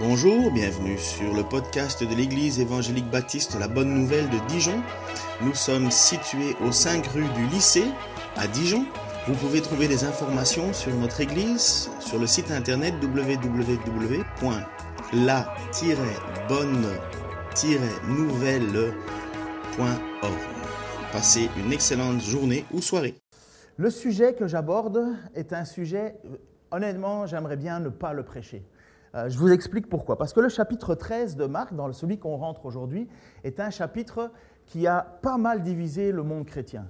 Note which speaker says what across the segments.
Speaker 1: Bonjour, bienvenue sur le podcast de l'Église évangélique baptiste La Bonne Nouvelle de Dijon. Nous sommes situés aux 5 rues du lycée à Dijon. Vous pouvez trouver des informations sur notre Église sur le site internet www.la-bonne-nouvelle.org. Passez une excellente journée ou soirée.
Speaker 2: Le sujet que j'aborde est un sujet, honnêtement, j'aimerais bien ne pas le prêcher. Je vous explique pourquoi. Parce que le chapitre 13 de Marc, dans celui qu'on rentre aujourd'hui, est un chapitre qui a pas mal divisé le monde chrétien.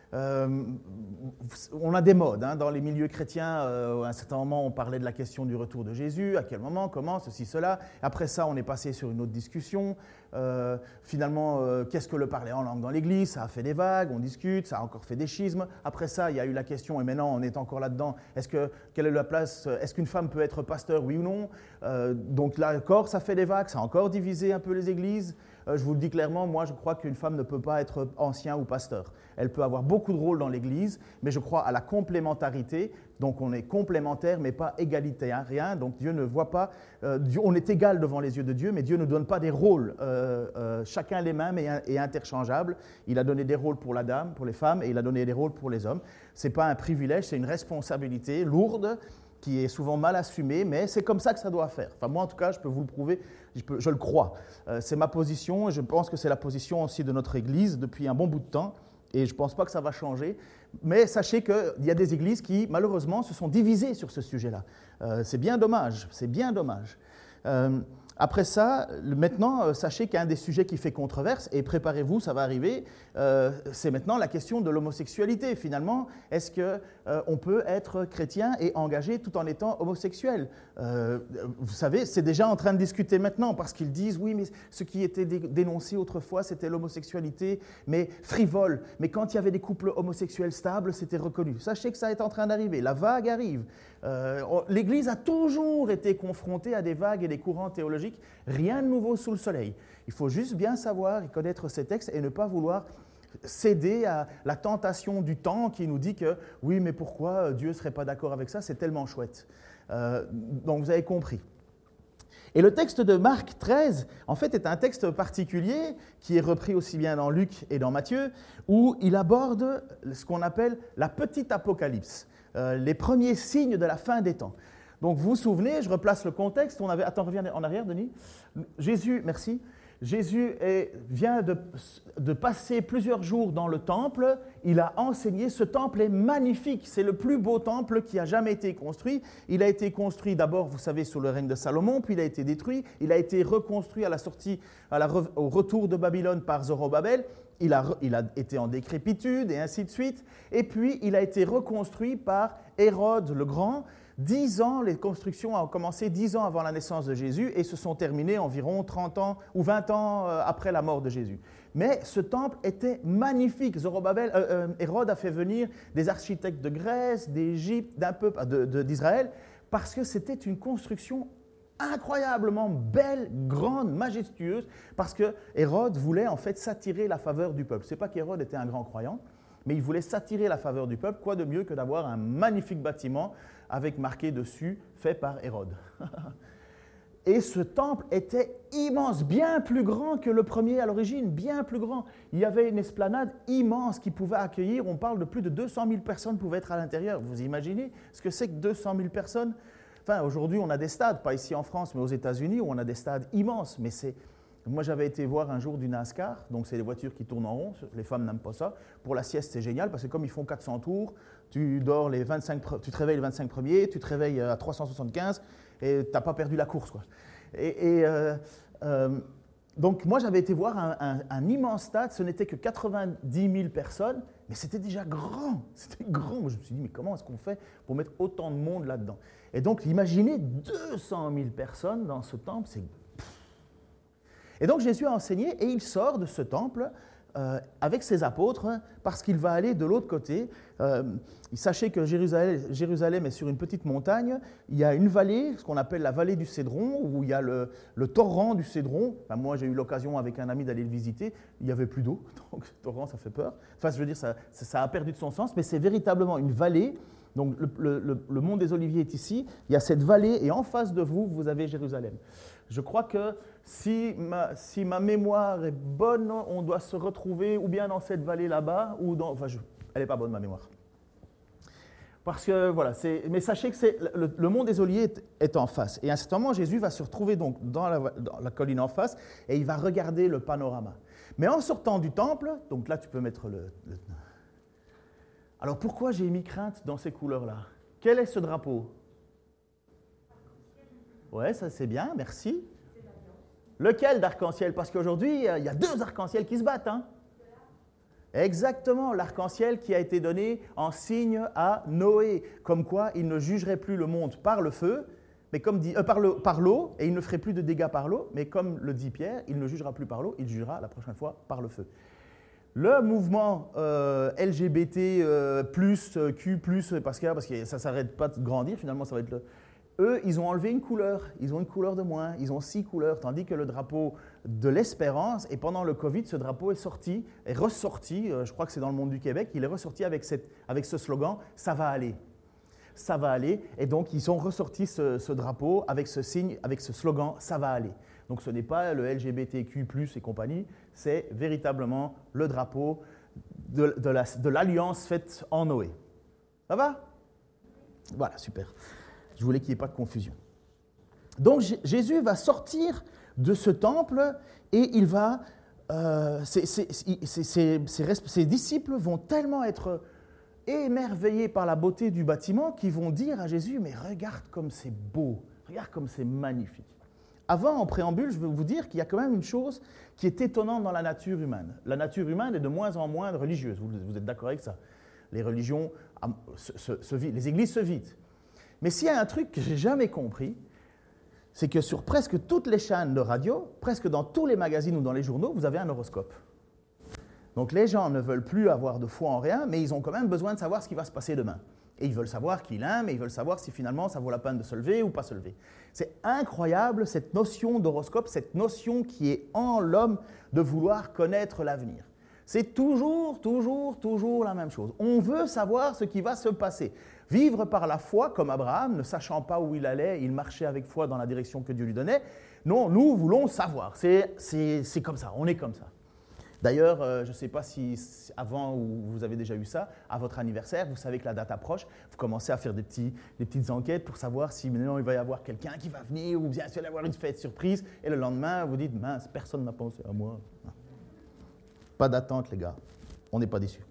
Speaker 2: On a des modes dans les milieux chrétiens. À un certain moment, on parlait de la question du retour de Jésus, à quel moment, comment, ceci, cela. Après ça, on est passé sur une autre discussion. Finalement, qu'est-ce que le parler en langue dans l'Église? Ça a fait des vagues, on discute, ça a encore fait des schismes. Après ça, il y a eu la question, et maintenant on est encore là-dedans, quelle est la place? Est-ce qu'une femme peut être pasteur, oui ou non? Donc là encore, ça fait des vagues, ça a encore divisé un peu les églises. Je vous le dis clairement, moi je crois qu'une femme ne peut pas être ancien ou pasteur. Elle peut avoir beaucoup de rôles dans l'Église, mais je crois à la complémentarité. Donc on est complémentaire, mais pas égalitaire, rien. Donc Dieu ne voit pas, on est égal devant les yeux de Dieu, mais Dieu ne donne pas des rôles chacun les mêmes et interchangeables. Il a donné des rôles pour la dame, pour les femmes, et il a donné des rôles pour les hommes. Ce n'est pas un privilège, c'est une responsabilité lourde, qui est souvent mal assumé, mais c'est comme ça que ça doit faire. Enfin, moi, en tout cas, je peux vous le prouver, je le crois. C'est ma position, et je pense que c'est la position aussi de notre Église depuis un bon bout de temps, et je ne pense pas que ça va changer. Mais sachez qu'il y a des églises qui, malheureusement, se sont divisées sur ce sujet-là. C'est bien dommage, c'est bien dommage. Après ça, maintenant, sachez qu'un des sujets qui fait controverse, et préparez-vous, ça va arriver, c'est maintenant la question de l'homosexualité. Finalement, est-ce qu'on peut être chrétien et engagé tout en étant homosexuel? Vous savez, c'est déjà en train de discuter maintenant, parce qu'ils disent, oui, mais ce qui était dénoncé autrefois, c'était l'homosexualité, mais frivole. Mais quand il y avait des couples homosexuels stables, c'était reconnu. Sachez que ça est en train d'arriver, la vague arrive. L'Église a toujours été confrontée à des vagues et des courants théologiques, rien de nouveau sous le soleil. Il faut juste bien savoir et connaître ces textes et ne pas vouloir céder à la tentation du temps qui nous dit que oui, mais pourquoi Dieu ne serait pas d'accord avec ça? C'est tellement chouette. Donc vous avez compris. Et le texte de Marc 13, en fait, est un texte particulier qui est repris aussi bien dans Luc et dans Matthieu, où il aborde ce qu'on appelle la petite apocalypse. Les premiers signes de la fin des temps. Donc vous vous souvenez, je replace le contexte, attends, reviens en arrière, Denis. Jésus, merci. Jésus vient de passer plusieurs jours dans le temple, il a enseigné, ce temple est magnifique, c'est le plus beau temple qui a jamais été construit. Il a été construit d'abord, vous savez, sous le règne de Salomon, puis il a été détruit, il a été reconstruit à la sortie, au retour de Babylone par Zorobabel. Il a été en décrépitude et ainsi de suite. Et puis, il a été reconstruit par Hérode le Grand. 10 ans, les constructions ont commencé 10 ans avant la naissance de Jésus et se sont terminées environ 30 ans ou 20 ans après la mort de Jésus. Mais ce temple était magnifique. Hérode a fait venir des architectes de Grèce, d'Égypte, d'Israël, parce que c'était une construction incroyablement belle, grande, majestueuse, parce que Hérode voulait en fait s'attirer la faveur du peuple. Ce n'est pas qu'Hérode était un grand croyant, mais il voulait s'attirer la faveur du peuple. Quoi de mieux que d'avoir un magnifique bâtiment avec marqué dessus « fait par Hérode ». Et ce temple était immense, bien plus grand que le premier à l'origine, bien plus grand. Il y avait une esplanade immense qui pouvait accueillir, on parle de plus de 200 000 personnes pouvaient être à l'intérieur. Vous imaginez ce que c'est que 200 000 personnes? Enfin, aujourd'hui, on a des stades, pas ici en France, mais aux États-Unis, où on a des stades immenses. Mais moi, j'avais été voir un jour du NASCAR, donc c'est des voitures qui tournent en rond, les femmes n'aiment pas ça. Pour la sieste, c'est génial, parce que comme ils font 400 tours, tu te réveilles les 25 premiers, tu te réveilles à 375, et tu n'as pas perdu la course, quoi. Donc moi, j'avais été voir un immense stade, ce n'était que 90 000 personnes, mais c'était déjà grand, c'était grand. Moi, je me suis dit, mais comment est-ce qu'on fait pour mettre autant de monde là-dedans? Et donc, imaginez 200 000 personnes dans ce temple, c'est... Et donc, Jésus a enseigné et il sort de ce temple avec ses apôtres parce qu'il va aller de l'autre côté. Sachez que Jérusalem est sur une petite montagne. Il y a une vallée, ce qu'on appelle la vallée du Cédron, où il y a le torrent du Cédron. Enfin, moi, j'ai eu l'occasion avec un ami d'aller le visiter. Il n'y avait plus d'eau, donc le torrent, ça fait peur. Enfin, je veux dire, ça a perdu de son sens, mais c'est véritablement une vallée. Donc, le mont des Oliviers est ici. Il y a cette vallée et en face de vous, vous avez Jérusalem. Je crois que si ma mémoire est bonne, on doit se retrouver ou bien dans cette vallée là-bas, ou dans... Enfin, elle n'est pas bonne, ma mémoire. Parce que, voilà, mais sachez que le mont des Oliviers est en face. Et à un certain moment, Jésus va se retrouver donc dans la colline en face et il va regarder le panorama. Mais en sortant du temple, donc là, tu peux mettre Alors, pourquoi j'ai mis crainte dans ces couleurs-là? Quel est ce drapeau? Ouais, ça c'est bien, merci. Lequel d'arc-en-ciel? Parce qu'aujourd'hui, il y a 2 arcs-en-ciel qui se battent. Hein? Exactement, l'arc-en-ciel qui a été donné en signe à Noé, comme quoi il ne jugerait plus le monde par le feu, mais comme dit, par l'eau, et il ne ferait plus de dégâts par l'eau, mais comme le dit Pierre, il ne jugera plus par l'eau, il jugera la prochaine fois par le feu. Le mouvement LGBT+, Q+, parce que ça ne s'arrête pas de grandir, finalement ça va être eux, ils ont enlevé une couleur, ils ont une couleur de moins, ils ont 6 couleurs, tandis que le drapeau de l'espérance, et pendant le Covid, ce drapeau est ressorti, je crois que c'est dans le Monde du Québec, il est ressorti avec ce slogan « Ça va aller ». Ça va aller, et donc ils ont ressorti ce drapeau avec ce signe, avec ce slogan « Ça va aller ». Donc ce n'est pas le LGBTQ+, et compagnie, c'est véritablement le drapeau de l'alliance faite en Noé. Ça va? Voilà, super. Je voulais qu'il n'y ait pas de confusion. Donc Jésus va sortir de ce temple et il va, ses disciples vont tellement être émerveillés par la beauté du bâtiment qu'ils vont dire à Jésus, mais regarde comme c'est beau, regarde comme c'est magnifique. Avant, en préambule, je veux vous dire qu'il y a quand même une chose qui est étonnante dans la nature humaine. La nature humaine est de moins en moins religieuse, vous êtes d'accord avec ça? Les religions se vident, les églises se vident. Mais s'il y a un truc que je n'ai jamais compris, c'est que sur presque toutes les chaînes de radio, presque dans tous les magazines ou dans les journaux, vous avez un horoscope. Donc les gens ne veulent plus avoir de foi en rien, mais ils ont quand même besoin de savoir ce qui va se passer demain. Et ils veulent savoir qui l'aime, et ils veulent savoir si finalement ça vaut la peine de se lever ou pas se lever. C'est incroyable cette notion d'horoscope, cette notion qui est en l'homme de vouloir connaître l'avenir. C'est toujours la même chose. On veut savoir ce qui va se passer. Vivre par la foi, comme Abraham, ne sachant pas où il allait, il marchait avec foi dans la direction que Dieu lui donnait. Non, nous voulons savoir. C'est comme ça, on est comme ça. D'ailleurs, je ne sais pas si avant ou vous avez déjà eu ça, à votre anniversaire, vous savez que la date approche, vous commencez à faire des petites enquêtes pour savoir si maintenant il va y avoir quelqu'un qui va venir ou bien s'il va y avoir une fête surprise. Et le lendemain, vous dites, mince, personne n'a pensé à moi. Pas d'attente, les gars. On n'est pas déçus.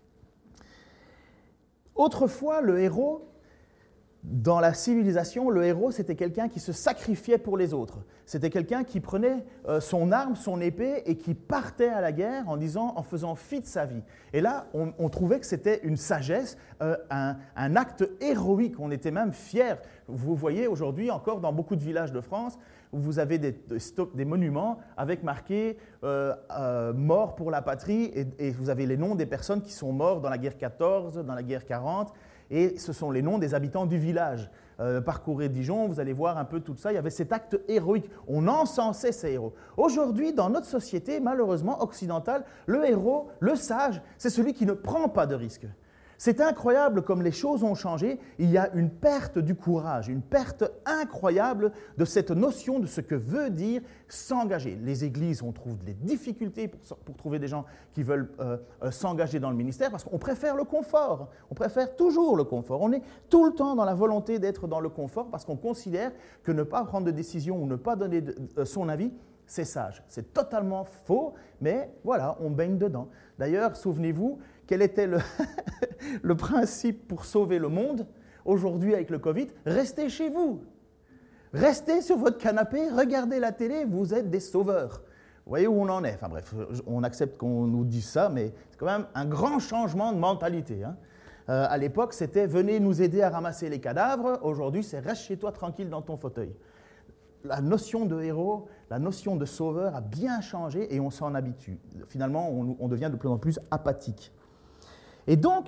Speaker 2: Autrefois, le héros, dans la civilisation, le héros, c'était quelqu'un qui se sacrifiait pour les autres. C'était quelqu'un qui prenait son arme, son épée, et qui partait à la guerre en faisant fi de sa vie. Et là, on trouvait que c'était une sagesse, un acte héroïque. On était même fiers. Vous voyez aujourd'hui encore dans beaucoup de villages de France, où vous avez des monuments avec marqué mort pour la patrie, et vous avez les noms des personnes qui sont mortes dans la guerre 14, dans la guerre 40, et ce sont les noms des habitants du village. Parcourez Dijon, vous allez voir un peu tout ça, il y avait cet acte héroïque, on encensait ces héros. Aujourd'hui, dans notre société, malheureusement occidentale, le héros, le sage, c'est celui qui ne prend pas de risques. C'est incroyable comme les choses ont changé, il y a une perte du courage, une perte incroyable de cette notion de ce que veut dire s'engager. Les églises, on trouve des difficultés pour trouver des gens qui veulent s'engager dans le ministère parce qu'on préfère le confort, on préfère toujours le confort. On est tout le temps dans la volonté d'être dans le confort parce qu'on considère que ne pas prendre de décision ou ne pas donner son avis, c'est sage. C'est totalement faux, mais voilà, on baigne dedans. D'ailleurs, souvenez-vous, quel était le principe pour sauver le monde aujourd'hui avec le Covid? Restez chez vous. Restez sur votre canapé, regardez la télé, vous êtes des sauveurs. Vous voyez où on en est? Enfin bref, on accepte qu'on nous dise ça, mais c'est quand même un grand changement de mentalité. Hein. À l'époque, c'était « venez nous aider à ramasser les cadavres ». Aujourd'hui, c'est « reste chez toi tranquille dans ton fauteuil ». La notion de héros, la notion de sauveur a bien changé et on s'en habitue. Finalement, on devient de plus en plus apathique. Et donc,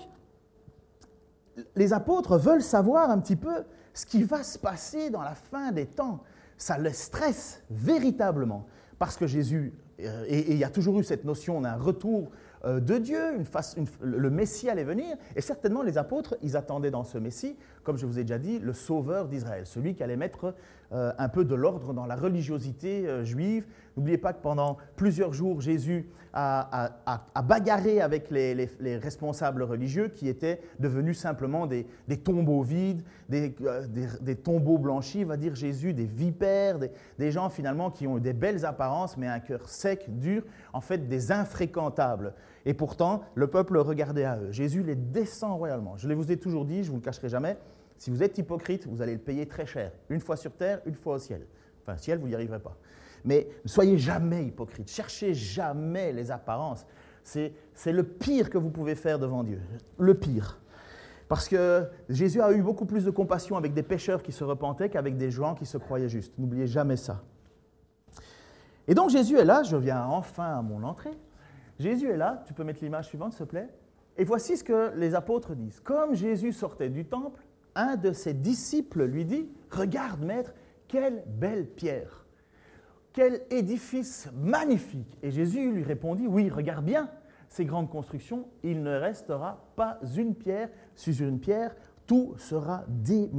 Speaker 2: les apôtres veulent savoir un petit peu ce qui va se passer dans la fin des temps. Ça les stresse véritablement. Parce que Jésus, et il y a toujours eu cette notion d'un retour de Dieu, le Messie allait venir, et certainement les apôtres, ils attendaient dans ce Messie comme je vous ai déjà dit, le sauveur d'Israël, celui qui allait mettre un peu de l'ordre dans la religiosité juive. N'oubliez pas que pendant plusieurs jours, Jésus a bagarré avec les responsables religieux qui étaient devenus simplement des tombeaux vides, des tombeaux blanchis, va dire Jésus, des vipères, des gens finalement qui ont eu des belles apparences mais un cœur sec, dur, en fait des infréquentables. Et pourtant, le peuple regardait à eux. Jésus les descend royalement. Je vous ai toujours dit, je ne vous le cacherai jamais, si vous êtes hypocrite, vous allez le payer très cher. Une fois sur terre, une fois au ciel. Enfin, au ciel, vous n'y arriverez pas. Mais ne soyez jamais hypocrite. Cherchez jamais les apparences. C'est le pire que vous pouvez faire devant Dieu. Le pire. Parce que Jésus a eu beaucoup plus de compassion avec des pécheurs qui se repentaient qu'avec des gens qui se croyaient justes. N'oubliez jamais ça. Et donc Jésus est là. Je viens enfin à mon entrée. Jésus est là. Tu peux mettre l'image suivante, s'il te plaît. Et voici ce que les apôtres disent. Comme Jésus sortait du temple, un de ses disciples lui dit « Regarde, maître, quelle belle pierre, quel édifice magnifique !» Et Jésus lui répondit « Oui, regarde bien ces grandes constructions, il ne restera pas une pierre sur une pierre, tout sera démoli. »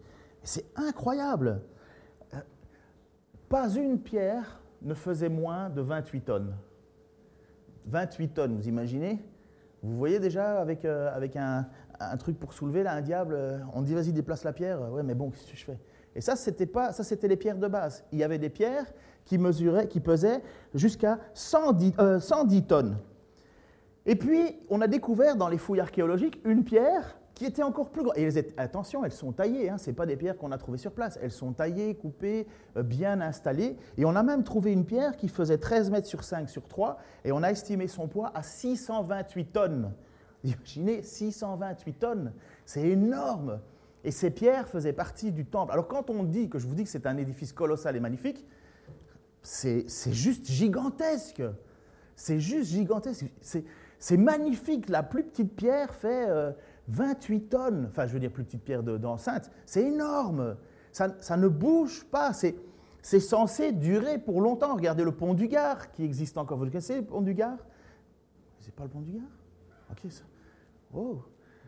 Speaker 2: C'est incroyable. Pas une pierre ne faisait moins de 28 tonnes. 28 tonnes, vous imaginez ? Vous voyez déjà avec un truc pour soulever, là, un diable, on dit vas-y déplace la pierre, ouais mais bon, qu'est-ce que je fais ? Et ça c'était les pierres de base. Il y avait des pierres qui pesaient jusqu'à 110 tonnes. Et puis on a découvert dans les fouilles archéologiques une pierre qui était encore plus grande. Et attention, elles sont taillées, ce n'est pas des pierres qu'on a trouvées sur place, elles sont taillées, coupées, bien installées. Et on a même trouvé une pierre qui faisait 13 mètres sur 5 sur 3, et on a estimé son poids à 628 tonnes. Imaginez, 628 tonnes, c'est énorme. Et ces pierres faisaient partie du temple. Alors quand on dit, que je vous dis que c'est un édifice colossal et magnifique, c'est juste gigantesque. C'est juste gigantesque. C'est magnifique. La plus petite pierre fait 28 tonnes. Enfin, je veux dire plus petite pierre d'enceinte. C'est énorme. Ça ne bouge pas. C'est censé durer pour longtemps. Regardez le pont du Gard qui existe encore. Vous le connaissez, le pont du Gard ? C'est pas le pont du Gard ? Ok, ça. Oh.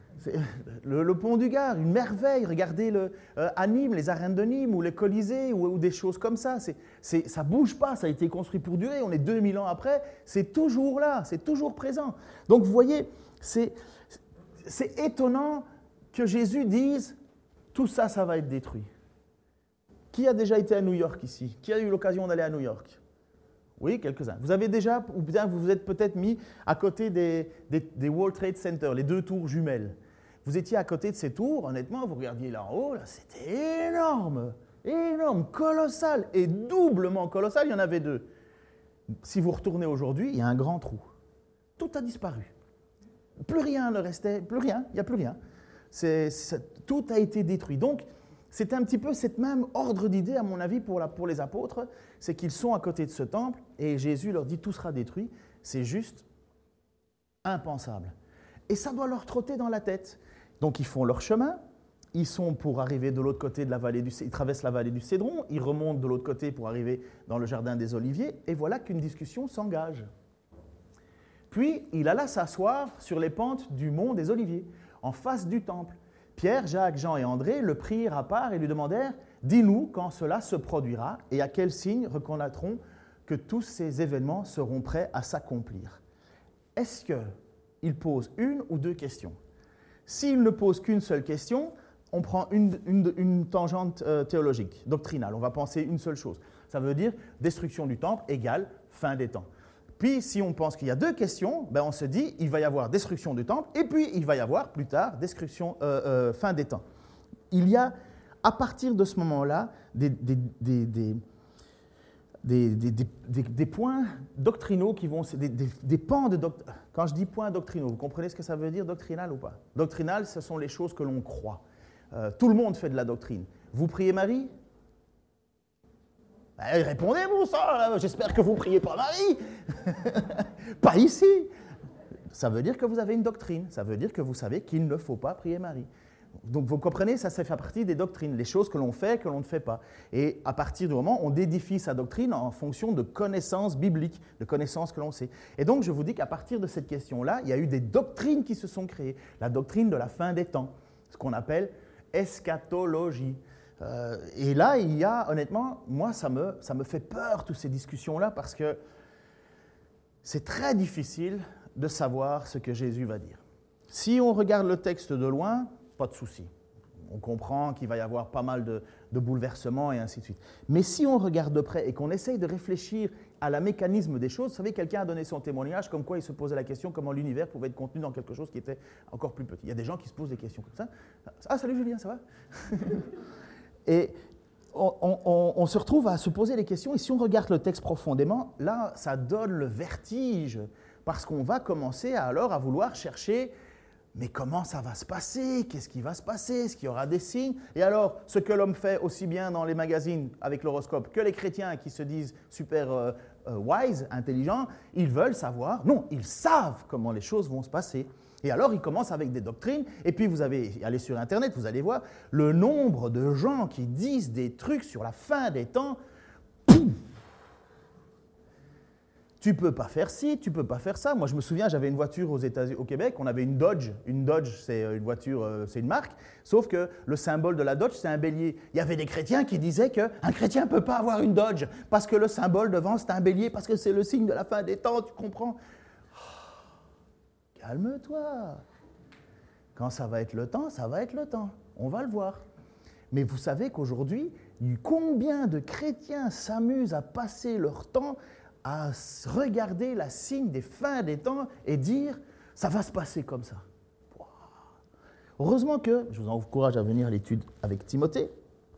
Speaker 2: Le pont du Gard, une merveille. Regardez à Nîmes, les arènes de Nîmes ou les Colisées ou des choses comme ça. Ça ne bouge pas, ça a été construit pour durer. On est 2000 ans après, c'est toujours là, c'est toujours présent. Donc vous voyez, c'est étonnant que Jésus dise tout ça, ça va être détruit. Qui a déjà été à New York ici ? Qui a eu l'occasion d'aller à New York ? Oui, quelques-uns. Vous avez déjà, ou bien vous vous êtes peut-être mis à côté des World Trade Center, les 2 tours jumelles. Vous étiez à côté de ces tours, honnêtement, vous regardiez là en haut, là, c'était énorme, énorme, colossal, et doublement colossal, il y en avait 2. Si vous retournez aujourd'hui, il y a un grand trou. Tout a disparu. Plus rien ne restait, plus rien, il n'y a plus rien. Tout a été détruit. Donc, c'est un petit peu cette même ordre d'idée, à mon avis, pour les apôtres, c'est qu'ils sont à côté de ce temple et Jésus leur dit tout sera détruit. C'est juste impensable. Et ça doit leur trotter dans la tête. Donc ils font leur chemin, ils sont pour arriver de l'autre côté de la vallée ils traversent la vallée du Cédron, ils remontent de l'autre côté pour arriver dans le jardin des Oliviers, et voilà qu'une discussion s'engage. Puis il alla s'asseoir sur les pentes du mont des Oliviers, en face du temple. Pierre, Jacques, Jean et André le prirent à part et lui demandèrent « Dis-nous quand cela se produira et à quel signe reconnaîtrons que tous ces événements seront prêts à s'accomplir ?» Est-ce qu'il pose une ou 2 questions ? S'il ne pose qu'une seule question, on prend une tangente théologique, doctrinale. On va penser une seule chose. Ça veut dire destruction du temple égale fin des temps. Puis, si on pense qu'il y a 2 questions, ben on se dit il va y avoir destruction du temple et puis il va y avoir plus tard destruction, fin des temps. Il y a, à partir de ce moment-là, des points doctrinaux qui vont, des pans de doctrine. Quand je dis points doctrinaux, vous comprenez ce que ça veut dire, doctrinal ou pas ? Doctrinal, ce sont les choses que l'on croit. Tout le monde fait de la doctrine. Vous priez Marie ? Répondez, bon sang, j'espère que vous ne priez pas Marie. Pas ici. Ça veut dire que vous avez une doctrine. Ça veut dire que vous savez qu'il ne faut pas prier Marie. Donc vous comprenez, ça fait partie des doctrines, les choses que l'on fait, que l'on ne fait pas. Et à partir du moment, on édifie sa doctrine en fonction de connaissances bibliques, de connaissances que l'on sait. Et donc je vous dis qu'à partir de cette question-là, il y a eu des doctrines qui se sont créées. La doctrine de la fin des temps, ce qu'on appelle eschatologie. Et là, il y a, honnêtement, moi, ça me fait peur, toutes ces discussions-là, parce que c'est très difficile de savoir ce que Jésus va dire. Si on regarde le texte de loin, pas de souci. On comprend qu'il va y avoir pas mal de bouleversements et ainsi de suite. Mais si on regarde de près et qu'on essaye de réfléchir à la mécanisme des choses, vous savez, quelqu'un a donné son témoignage comme quoi il se posait la question comment l'univers pouvait être contenu dans quelque chose qui était encore plus petit. Il y a des gens qui se posent des questions comme ça. Ah, salut Julien, ça va? Et on se retrouve à se poser des questions, et si on regarde le texte profondément, là, ça donne le vertige, parce qu'on va commencer alors à vouloir chercher, mais comment ça va se passer? Qu'est-ce qui va se passer? Est-ce qu'il y aura des signes? Et alors, ce que l'homme fait aussi bien dans les magazines avec l'horoscope que les chrétiens qui se disent super wise, intelligents, ils veulent savoir, non, ils savent comment les choses vont se passer. Et alors, ils commencent avec des doctrines, et puis vous allez sur Internet, vous allez voir le nombre de gens qui disent des trucs sur la fin des temps. Poum! Tu ne peux pas faire ci, tu ne peux pas faire ça. Moi, je me souviens, j'avais une voiture au Québec, on avait une Dodge. Une Dodge, c'est une voiture, c'est une marque, sauf que le symbole de la Dodge, c'est un bélier. Il y avait des chrétiens qui disaient qu'un chrétien ne peut pas avoir une Dodge, parce que le symbole devant, c'est un bélier, parce que c'est le signe de la fin des temps, tu comprends? Calme-toi. Quand ça va être le temps, ça va être le temps. On va le voir. Mais vous savez qu'aujourd'hui, combien de chrétiens s'amusent à passer leur temps à regarder la signe des fins des temps et dire « ça va se passer comme ça ». Heureusement que, je vous encourage à venir à l'étude avec Timothée,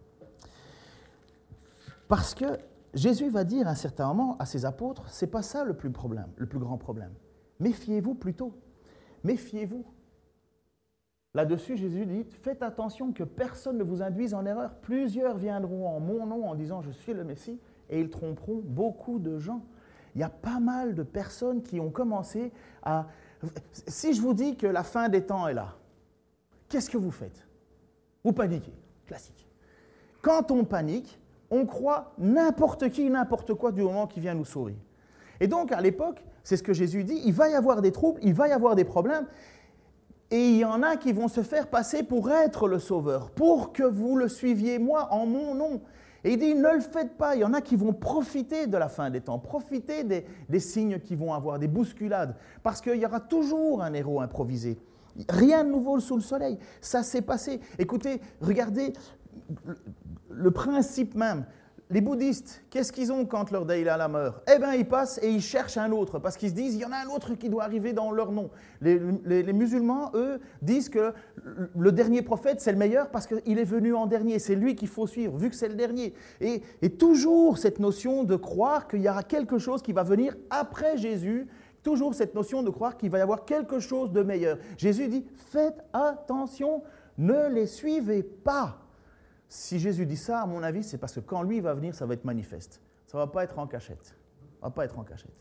Speaker 2: parce que Jésus va dire à un certain moment à ses apôtres, c'est pas ça le plus grand problème. Méfiez-vous plutôt. Méfiez-vous. Là-dessus, Jésus dit, faites attention que personne ne vous induise en erreur. Plusieurs viendront en mon nom en disant, je suis le Messie, et ils tromperont beaucoup de gens. Il y a pas mal de personnes qui ont commencé à... Si je vous dis que la fin des temps est là, qu'est-ce que vous faites? Vous paniquez, classique. Quand on panique, on croit n'importe qui, n'importe quoi du moment qui vient nous sauver. Et donc, à l'époque, c'est ce que Jésus dit, il va y avoir des troubles, il va y avoir des problèmes, et il y en a qui vont se faire passer pour être le sauveur, pour que vous le suiviez, moi, en mon nom. Et il dit, ne le faites pas, il y en a qui vont profiter de la fin des temps, profiter des signes qu'ils vont avoir, des bousculades, parce qu'il y aura toujours un héros improvisé. Rien de nouveau sous le soleil, ça s'est passé. Écoutez, regardez le principe même. Les bouddhistes, qu'est-ce qu'ils ont quand leur Dalai Lama meurt? Eh bien, ils passent et ils cherchent un autre, parce qu'ils se disent, il y en a un autre qui doit arriver dans leur nom. Les musulmans, eux, disent que le dernier prophète, c'est le meilleur parce qu'il est venu en dernier, c'est lui qu'il faut suivre, vu que c'est le dernier. Et toujours cette notion de croire qu'il y aura quelque chose qui va venir après Jésus, toujours cette notion de croire qu'il va y avoir quelque chose de meilleur. Jésus dit, faites attention, ne les suivez pas. Si Jésus dit ça, à mon avis, c'est parce que quand lui va venir, ça va être manifeste. Ça ne va pas être en cachette. Ça va pas être en cachette.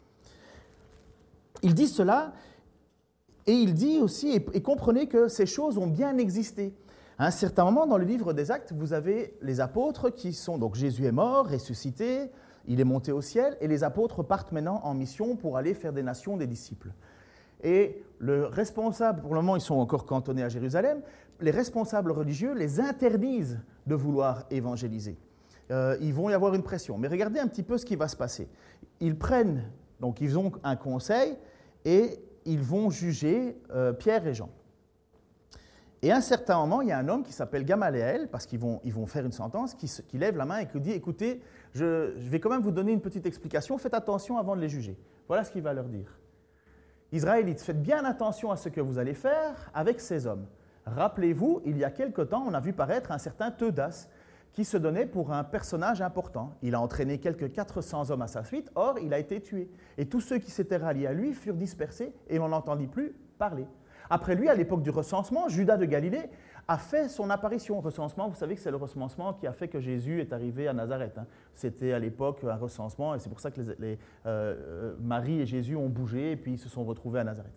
Speaker 2: Il dit cela, et il dit aussi, et comprenez que ces choses ont bien existé. À un certain moment, dans le livre des Actes, vous avez les apôtres qui sont... Donc Jésus est mort, ressuscité, il est monté au ciel, et les apôtres partent maintenant en mission pour aller faire des nations des disciples. Et le responsable, pour le moment, ils sont encore cantonnés à Jérusalem, les responsables religieux les interdisent de vouloir évangéliser. Ils vont y avoir une pression. Mais regardez un petit peu ce qui va se passer. Ils ont un conseil et ils vont juger Pierre et Jean. Et à un certain moment, il y a un homme qui s'appelle Gamaliel, parce qu'ils vont faire une sentence, qui lève la main et qui dit « Écoutez, je vais quand même vous donner une petite explication, faites attention avant de les juger. » Voilà ce qu'il va leur dire. Israélites, faites bien attention à ce que vous allez faire avec ces hommes. Rappelez-vous, il y a quelque temps, on a vu paraître un certain Teudas qui se donnait pour un personnage important. Il a entraîné quelques 400 hommes à sa suite, or il a été tué. Et tous ceux qui s'étaient ralliés à lui furent dispersés et on n'entendit plus parler. Après lui, à l'époque du recensement, Judas de Galilée a fait son apparition. Recensement, vous savez que c'est le recensement qui a fait que Jésus est arrivé à Nazareth. C'était à l'époque un recensement et c'est pour ça que Marie et Jésus ont bougé et puis ils se sont retrouvés à Nazareth.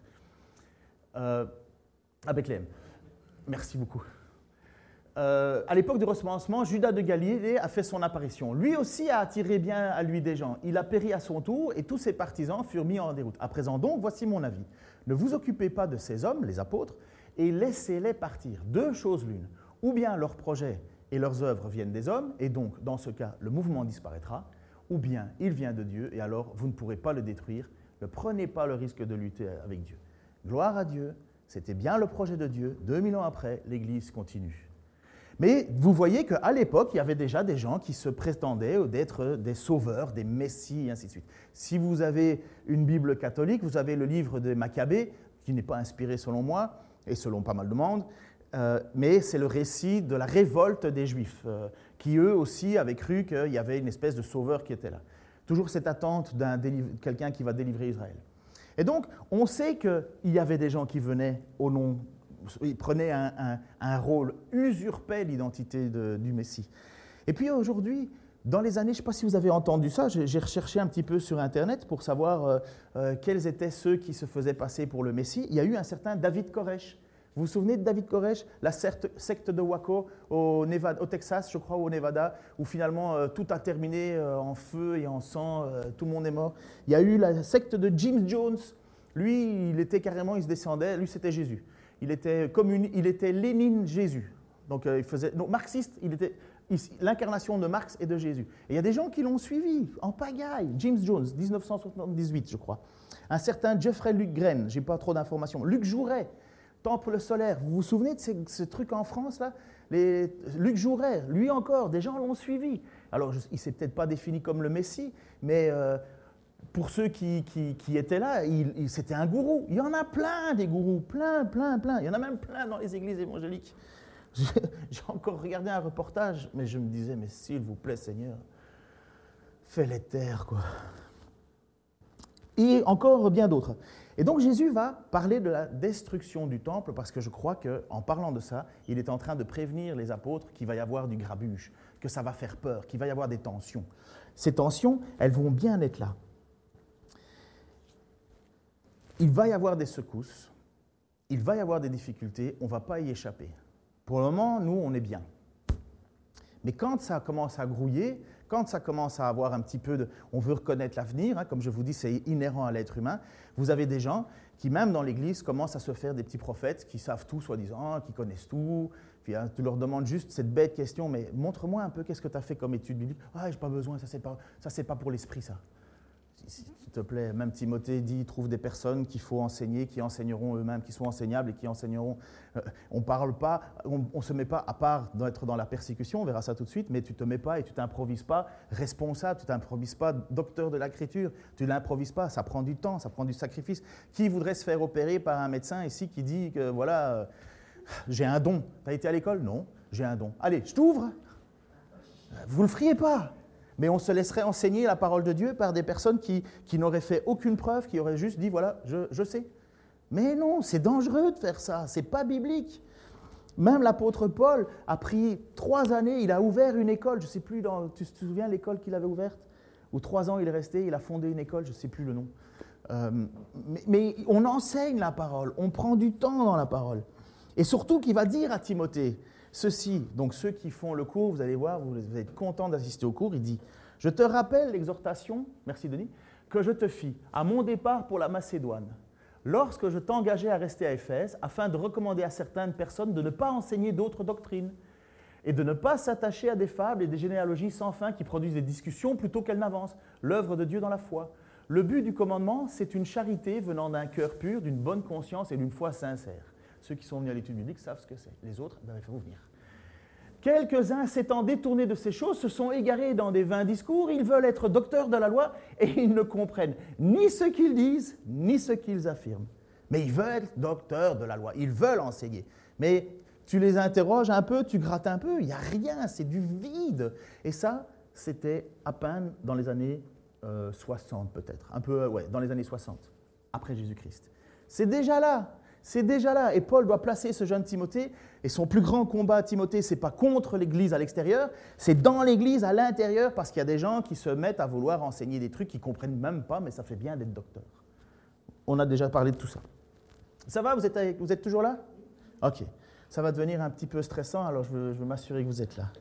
Speaker 2: À Bethléem. Merci beaucoup. À l'époque du recensement, Judas de Galilée a fait son apparition. Lui aussi a attiré bien à lui des gens. Il a péri à son tour et tous ses partisans furent mis en déroute. À présent donc, voici mon avis. Ne vous occupez pas de ces hommes, les apôtres, et laissez-les partir. Deux choses l'une. ou bien leurs projets et leurs œuvres viennent des hommes, et donc, dans ce cas, le mouvement disparaîtra, ou bien il vient de Dieu, et alors vous ne pourrez pas le détruire. Ne prenez pas le risque de lutter avec Dieu. Gloire à Dieu, c'était bien le projet de Dieu. 2000 ans après, l'Église continue. Mais vous voyez qu'à l'époque, il y avait déjà des gens qui se prétendaient d'être des sauveurs, des messies, et ainsi de suite. Si vous avez une Bible catholique, vous avez le livre des Maccabées, qui n'est pas inspiré selon moi, et selon pas mal de monde, mais c'est le récit de la révolte des Juifs, qui eux aussi avaient cru qu'il y avait une espèce de sauveur qui était là. Toujours cette attente quelqu'un qui va délivrer Israël. Et donc, on sait qu'il y avait des gens qui venaient au nom, ils prenaient un rôle, usurpaient l'identité du Messie. Et puis aujourd'hui, dans les années, je ne sais pas si vous avez entendu ça, j'ai recherché un petit peu sur Internet pour savoir quels étaient ceux qui se faisaient passer pour le Messie. Il y a eu un certain David Koresh. Vous vous souvenez de David Koresh, la secte de Waco au Texas, je crois, ou au Nevada, où finalement tout a terminé en feu et en sang, tout le monde est mort. Il y a eu la secte de Jim Jones. Lui, il était carrément, il se descendait, lui c'était Jésus. Il était Lénine Jésus. Donc marxiste, il était l'incarnation de Marx et de Jésus. Et il y a des gens qui l'ont suivi en pagaille. James Jones, 1978, je crois. Un certain Jeffrey Lutgren, je n'ai pas trop d'informations. Luc Jouret, Temple solaire. Vous vous souvenez de ce truc en France, là? Luc Jouret, lui encore, des gens l'ont suivi. Alors, il ne s'est peut-être pas défini comme le Messie, mais pour ceux qui étaient là, c'était un gourou. Il y en a plein des gourous, plein. Il y en a même plein dans les églises évangéliques. J'ai encore regardé un reportage, mais je me disais, mais s'il vous plaît, Seigneur, fais-les taire, quoi. Et encore bien d'autres. Et donc Jésus va parler de la destruction du temple parce que je crois qu'en parlant de ça, il est en train de prévenir les apôtres qu'il va y avoir du grabuge, que ça va faire peur, qu'il va y avoir des tensions. Ces tensions, elles vont bien être là. Il va y avoir des secousses, il va y avoir des difficultés, on ne va pas y échapper. Pour le moment, nous, on est bien. Mais quand ça commence à grouiller, quand ça commence à avoir un petit peu de... On veut reconnaître l'avenir, hein, comme je vous dis, c'est inhérent à l'être humain. Vous avez des gens qui, même dans l'Église, commencent à se faire des petits prophètes qui savent tout, soi-disant, qui connaissent tout. Puis hein, tu leur demandes juste cette bête question, mais montre-moi un peu qu'est-ce que tu as fait comme étude biblique. Ah, j'ai pas besoin, ça c'est pas pour l'esprit, ça. S'il te plaît, même Timothée dit, trouve des personnes qu'il faut enseigner, qui enseigneront eux-mêmes, qui sont enseignables et qui enseigneront. On parle pas, on se met pas, à part d'être dans la persécution, on verra ça tout de suite, mais tu te mets pas et tu t'improvises pas responsable, tu t'improvises pas docteur de l'écriture, tu l'improvises pas, ça prend du temps, ça prend du sacrifice. Qui voudrait se faire opérer par un médecin ici qui dit que voilà, j'ai un don. Tu as été à l'école? Non, j'ai un don. Allez, je t'ouvre. Vous le feriez pas. Mais on se laisserait enseigner la parole de Dieu par des personnes qui n'auraient fait aucune preuve, qui auraient juste dit, voilà, je sais. Mais non, c'est dangereux de faire ça, c'est pas biblique. Même l'apôtre Paul a pris 3 années, il a ouvert une école, je ne sais plus, tu te souviens l'école qu'il avait ouverte? Où 3 ans il est resté, il a fondé une école, je ne sais plus le nom. Mais on enseigne la parole, on prend du temps dans la parole. Et surtout qu'il va dire à Timothée, ceci, donc ceux qui font le cours, vous allez voir, vous allez être contents d'assister au cours, il dit « Je te rappelle l'exhortation, merci Denis, que je te fis à mon départ pour la Macédoine, lorsque je t'engageais à rester à Éphèse, afin de recommander à certaines personnes de ne pas enseigner d'autres doctrines et de ne pas s'attacher à des fables et des généalogies sans fin qui produisent des discussions plutôt qu'elles n'avancent, l'œuvre de Dieu dans la foi. Le but du commandement, c'est une charité venant d'un cœur pur, d'une bonne conscience et d'une foi sincère. » Ceux qui sont venus à l'étude biblique savent ce que c'est. Les autres, il faut venir. Quelques-uns s'étant détournés de ces choses se sont égarés dans des vains discours. Ils veulent être docteurs de la loi et ils ne comprennent ni ce qu'ils disent, ni ce qu'ils affirment. Mais ils veulent être docteurs de la loi. Ils veulent enseigner. Mais tu les interroges un peu, tu grattes un peu, il n'y a rien, c'est du vide. Et ça, c'était à peine dans les années 60 peut-être. Un peu, ouais, dans les années 60, après Jésus-Christ. C'est déjà là. C'est déjà là, et Paul doit placer ce jeune Timothée, et son plus grand combat à Timothée, ce n'est pas contre l'Église à l'extérieur, c'est dans l'Église à l'intérieur, parce qu'il y a des gens qui se mettent à vouloir enseigner des trucs qu'ils ne comprennent même pas, mais ça fait bien d'être docteur. On a déjà parlé de tout ça. Ça va, vous êtes toujours là? Ok, ça va devenir un petit peu stressant, alors je veux m'assurer que vous êtes là.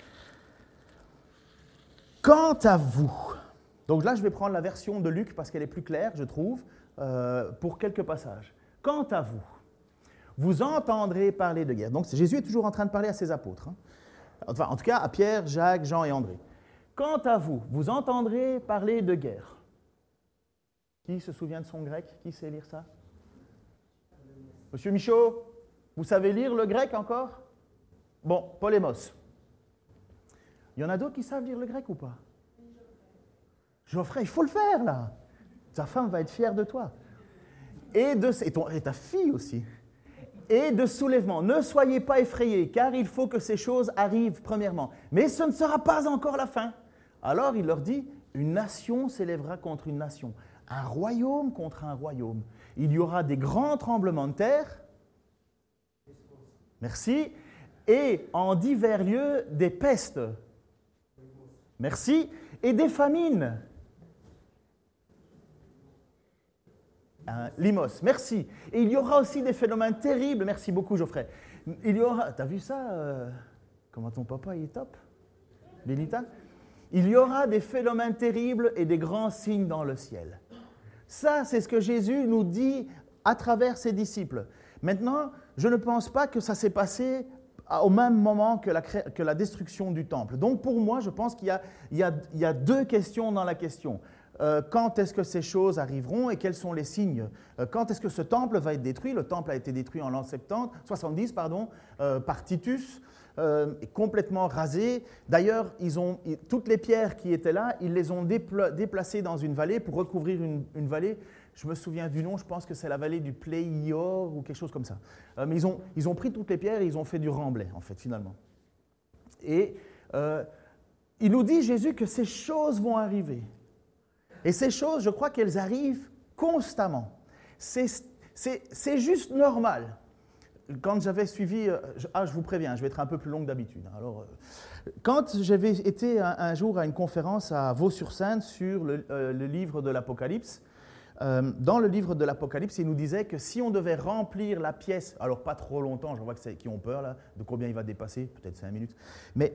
Speaker 2: Quant à vous, donc là je vais prendre la version de Luc, parce qu'elle est plus claire, je trouve, pour quelques passages. Quant à vous, vous entendrez parler de guerre. Donc Jésus est toujours en train de parler à ses apôtres. Hein. Enfin, en tout cas, à Pierre, Jacques, Jean et André. Quant à vous, vous entendrez parler de guerre. Qui se souvient de son grec? Qui sait lire ça? Monsieur Michaud, vous savez lire le grec encore? Bon, polémos. Il y en a d'autres qui savent lire le grec ou pas? Geoffrey, il faut le faire là. Ta femme va être fière de toi. Et ta fille aussi. Et de soulèvement. Ne soyez pas effrayés, car il faut que ces choses arrivent premièrement. Mais ce ne sera pas encore la fin. Alors il leur dit, une nation s'élèvera contre une nation, un royaume contre un royaume. Il y aura des grands tremblements de terre. Merci. Et en divers lieux, des pestes. Merci. Et des famines. Limos, merci. Et il y aura aussi des phénomènes terribles. Merci beaucoup, Geoffrey. Il y aura, t'as vu ça comment ton papa, il est top? Benita? Il y aura des phénomènes terribles et des grands signes dans le ciel. Ça, c'est ce que Jésus nous dit à travers ses disciples. Maintenant, je ne pense pas que ça s'est passé au même moment que la destruction du temple. Donc, pour moi, je pense qu'il y a deux questions dans la question. Quand est-ce que ces choses arriveront et quels sont les signes? Quand est-ce que ce temple va être détruit? Le temple a été détruit en l'an 70 par Titus, complètement rasé. D'ailleurs, toutes les pierres qui étaient là, ils les ont déplacées dans une vallée pour recouvrir une vallée. Je me souviens du nom, je pense que c'est la vallée du Pléior ou quelque chose comme ça. Mais ils ont pris toutes les pierres et ils ont fait du remblai, en fait, finalement. Et il nous dit, Jésus, que ces choses vont arriver. Et ces choses, je crois qu'elles arrivent constamment. C'est juste normal. Quand j'avais suivi... je vous préviens, je vais être un peu plus long que d'habitude. Alors, quand j'avais été un jour à une conférence à Vaux-sur-Seine sur le livre de l'Apocalypse, dans le livre de l'Apocalypse, il nous disait que si on devait remplir la pièce, alors pas trop longtemps, je vois qui ont peur là, de combien il va dépasser, peut-être 5 minutes, mais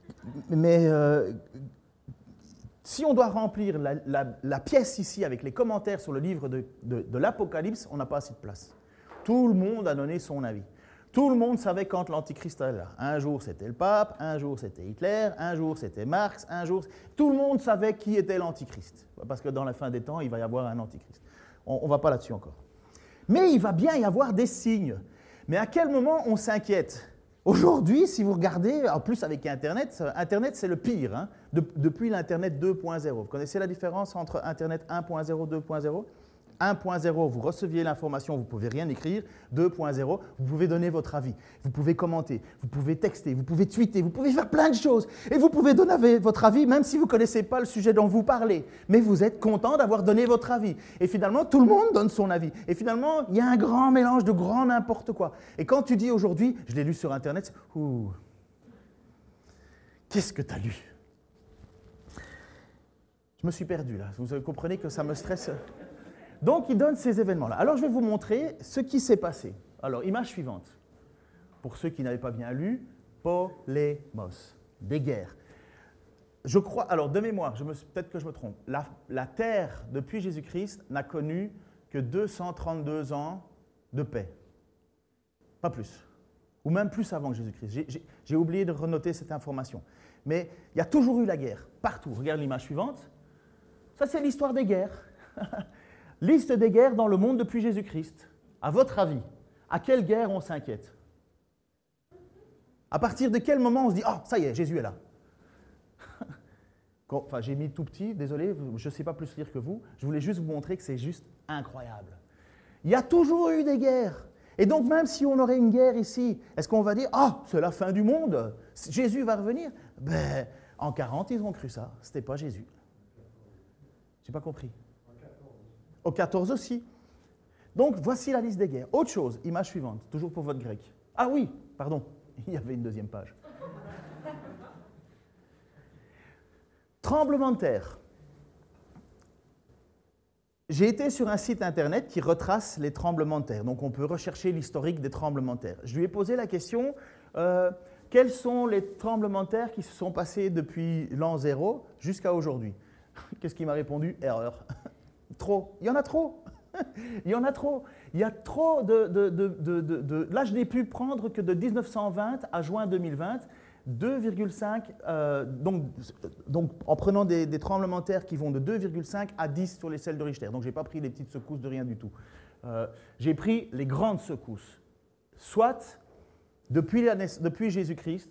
Speaker 2: si on doit remplir la pièce ici avec les commentaires sur le livre de l'Apocalypse, on n'a pas assez de place. Tout le monde a donné son avis. Tout le monde savait quand l'Antichrist est là. Un jour c'était le pape, un jour c'était Hitler, un jour c'était Marx, un jour... Tout le monde savait qui était l'Antichrist. Parce que dans la fin des temps, il va y avoir un Antichrist. On ne va pas là-dessus encore. Mais il va bien y avoir des signes. Mais à quel moment on s'inquiète? Aujourd'hui, si vous regardez, en plus avec Internet, Internet c'est le pire, hein, depuis l'Internet 2.0. Vous connaissez la différence entre Internet 1.0 et 2.0 ? 1.0, vous receviez l'information, vous ne pouvez rien écrire. 2.0, vous pouvez donner votre avis, vous pouvez commenter, vous pouvez texter, vous pouvez tweeter, vous pouvez faire plein de choses. Et vous pouvez donner votre avis même si vous ne connaissez pas le sujet dont vous parlez. Mais vous êtes content d'avoir donné votre avis. Et finalement, tout le monde donne son avis. Et finalement, il y a un grand mélange de grand n'importe quoi. Et quand tu dis aujourd'hui, je l'ai lu sur Internet, qu'est-ce que tu as lu? Je me suis perdu là. Vous comprenez que ça me stresse. Donc, il donne ces événements-là. Alors, je vais vous montrer ce qui s'est passé. Alors, image suivante. Pour ceux qui n'avaient pas bien lu, polémos, des guerres. Je crois, alors de mémoire, peut-être que je me trompe, la Terre, depuis Jésus-Christ, n'a connu que 232 ans de paix. Pas plus. Ou même plus avant que Jésus-Christ. J'ai oublié de renoter cette information. Mais il y a toujours eu la guerre, partout. Regarde l'image suivante. Ça, c'est l'histoire des guerres. Liste des guerres dans le monde depuis Jésus-Christ. À votre avis, à quelle guerre on s'inquiète? À partir de quel moment on se dit « Oh, ça y est, Jésus est là ». Enfin, j'ai mis tout petit, désolé, je ne sais pas plus lire que vous. Je voulais juste vous montrer que c'est juste incroyable. Il y a toujours eu des guerres. Et donc, même si on aurait une guerre ici, est-ce qu'on va dire « Ah, c'est la fin du monde, Jésus va revenir ?» Ben, en 40, ils ont cru ça. Ce n'était pas Jésus. Je n'ai pas compris. Au 14 aussi. Donc, voici la liste des guerres. Autre chose, image suivante, toujours pour votre grec. Ah oui, pardon, il y avait une deuxième page. Tremblement de terre. J'ai été sur un site internet qui retrace les tremblements de terre. Donc, on peut rechercher l'historique des tremblements de terre. Je lui ai posé la question, quels sont les tremblements de terre qui se sont passés depuis l'an 0 jusqu'à aujourd'hui? Qu'est-ce qu'il m'a répondu? Erreur. Trop. Il y en a trop. Il y en a trop. Il y a trop de... Là, je n'ai pu prendre que de 1920 à juin 2020, 2,5... donc, en prenant des tremblements de terre qui vont de 2,5 à 10 sur l'échelle de Richter. Donc, je n'ai pas pris les petites secousses de rien du tout. J'ai pris les grandes secousses. Soit, depuis Jésus-Christ,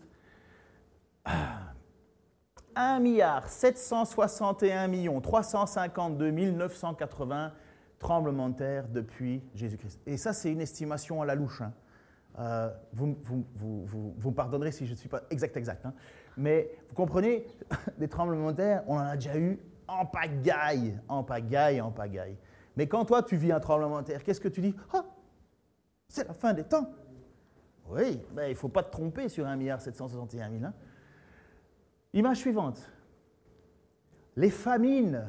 Speaker 2: 1 761 352 980 tremblements de terre depuis Jésus-Christ. Et ça, c'est une estimation à la louche. Hein. Vous pardonnerez si je ne suis pas exact. Hein. Mais vous comprenez, des tremblements de terre, on en a déjà eu en pagaille. Mais quand toi, tu vis un tremblement de terre, qu'est-ce que tu dis? Ah, c'est la fin des temps. Oui, ben, il ne faut pas te tromper sur 1 761 000. Hein. Image suivante. Les famines.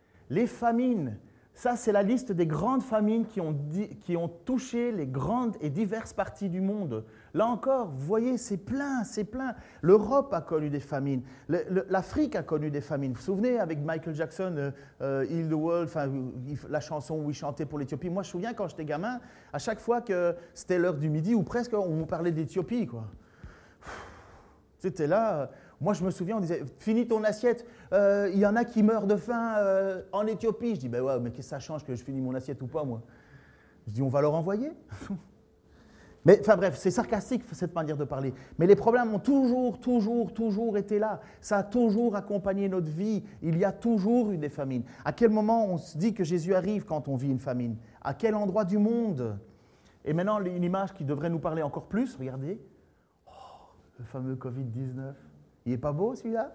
Speaker 2: Ça, c'est la liste des grandes famines qui ont touché les grandes et diverses parties du monde. Là encore, vous voyez, c'est plein. L'Europe a connu des famines. L'Afrique a connu des famines. Vous vous souvenez, avec Michael Jackson, Heal the World, la chanson où il chantait pour l'Éthiopie. Moi, je me souviens, quand j'étais gamin, à chaque fois que c'était l'heure du midi, ou presque, on nous parlait d'Éthiopie, quoi. C'était là... Moi, je me souviens, on disait « Finis ton assiette, il y en a qui meurent de faim en Éthiopie. » Je dis « Ben ouais, mais qu'est-ce que ça change que je finis mon assiette ou pas, moi ?» Je dis « On va leur envoyer. » Mais enfin bref, c'est sarcastique cette manière de parler. Mais les problèmes ont toujours été là. Ça a toujours accompagné notre vie. Il y a toujours eu des famines. À quel moment on se dit que Jésus arrive quand on vit une famine? À quel endroit du monde? Et maintenant, une image qui devrait nous parler encore plus, regardez. Oh, le fameux Covid-19. Il n'est pas beau celui-là?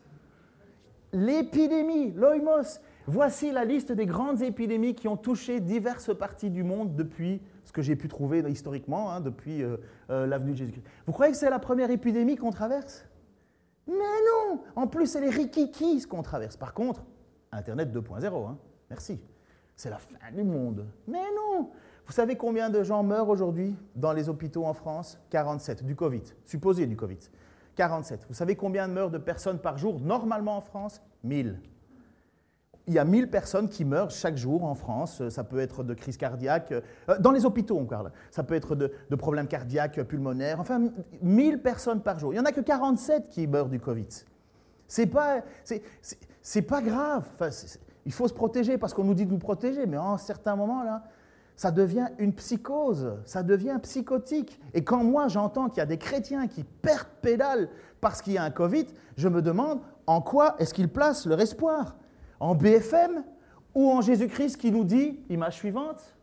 Speaker 2: L'épidémie, l'oïmos. Voici la liste des grandes épidémies qui ont touché diverses parties du monde depuis ce que j'ai pu trouver historiquement, hein, depuis l'avenue de Jésus-Christ. Vous croyez que c'est la première épidémie qu'on traverse? Mais non! En plus, c'est les rikikis ce qu'on traverse. Par contre, Internet 2.0, hein, merci. C'est la fin du monde. Mais non! Vous savez combien de gens meurent aujourd'hui dans les hôpitaux en France? 47, du Covid, supposé du Covid. 47. Vous savez combien meurent de personnes par jour, normalement en France? 1000. Il y a 1000 personnes qui meurent chaque jour en France. Ça peut être de crise cardiaque. Dans les hôpitaux, on parle. Ça peut être de problèmes cardiaques, pulmonaires. Enfin, 1000 personnes par jour. Il n'y en a que 47 qui meurent du Covid. C'est pas grave. Enfin, il faut se protéger parce qu'on nous dit de nous protéger. Mais en certains moments, là, ça devient une psychose, ça devient psychotique. Et quand moi j'entends qu'il y a des chrétiens qui perdent pédale parce qu'il y a un Covid, je me demande en quoi est-ce qu'ils placent leur espoir? En BFM ou en Jésus-Christ qui nous dit, image suivante,